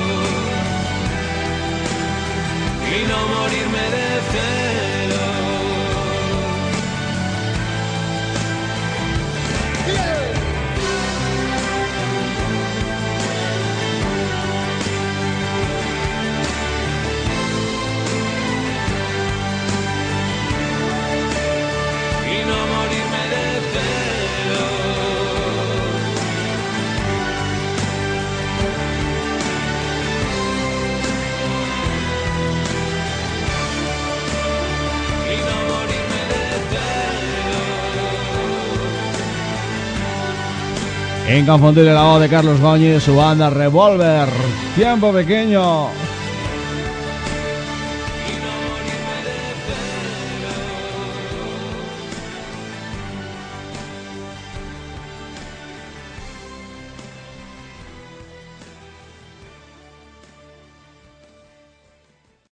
y no morirme de celos. Yeah. Inconfundible la voz de Carlos Goñi, su banda Revolver. Tiempo pequeño.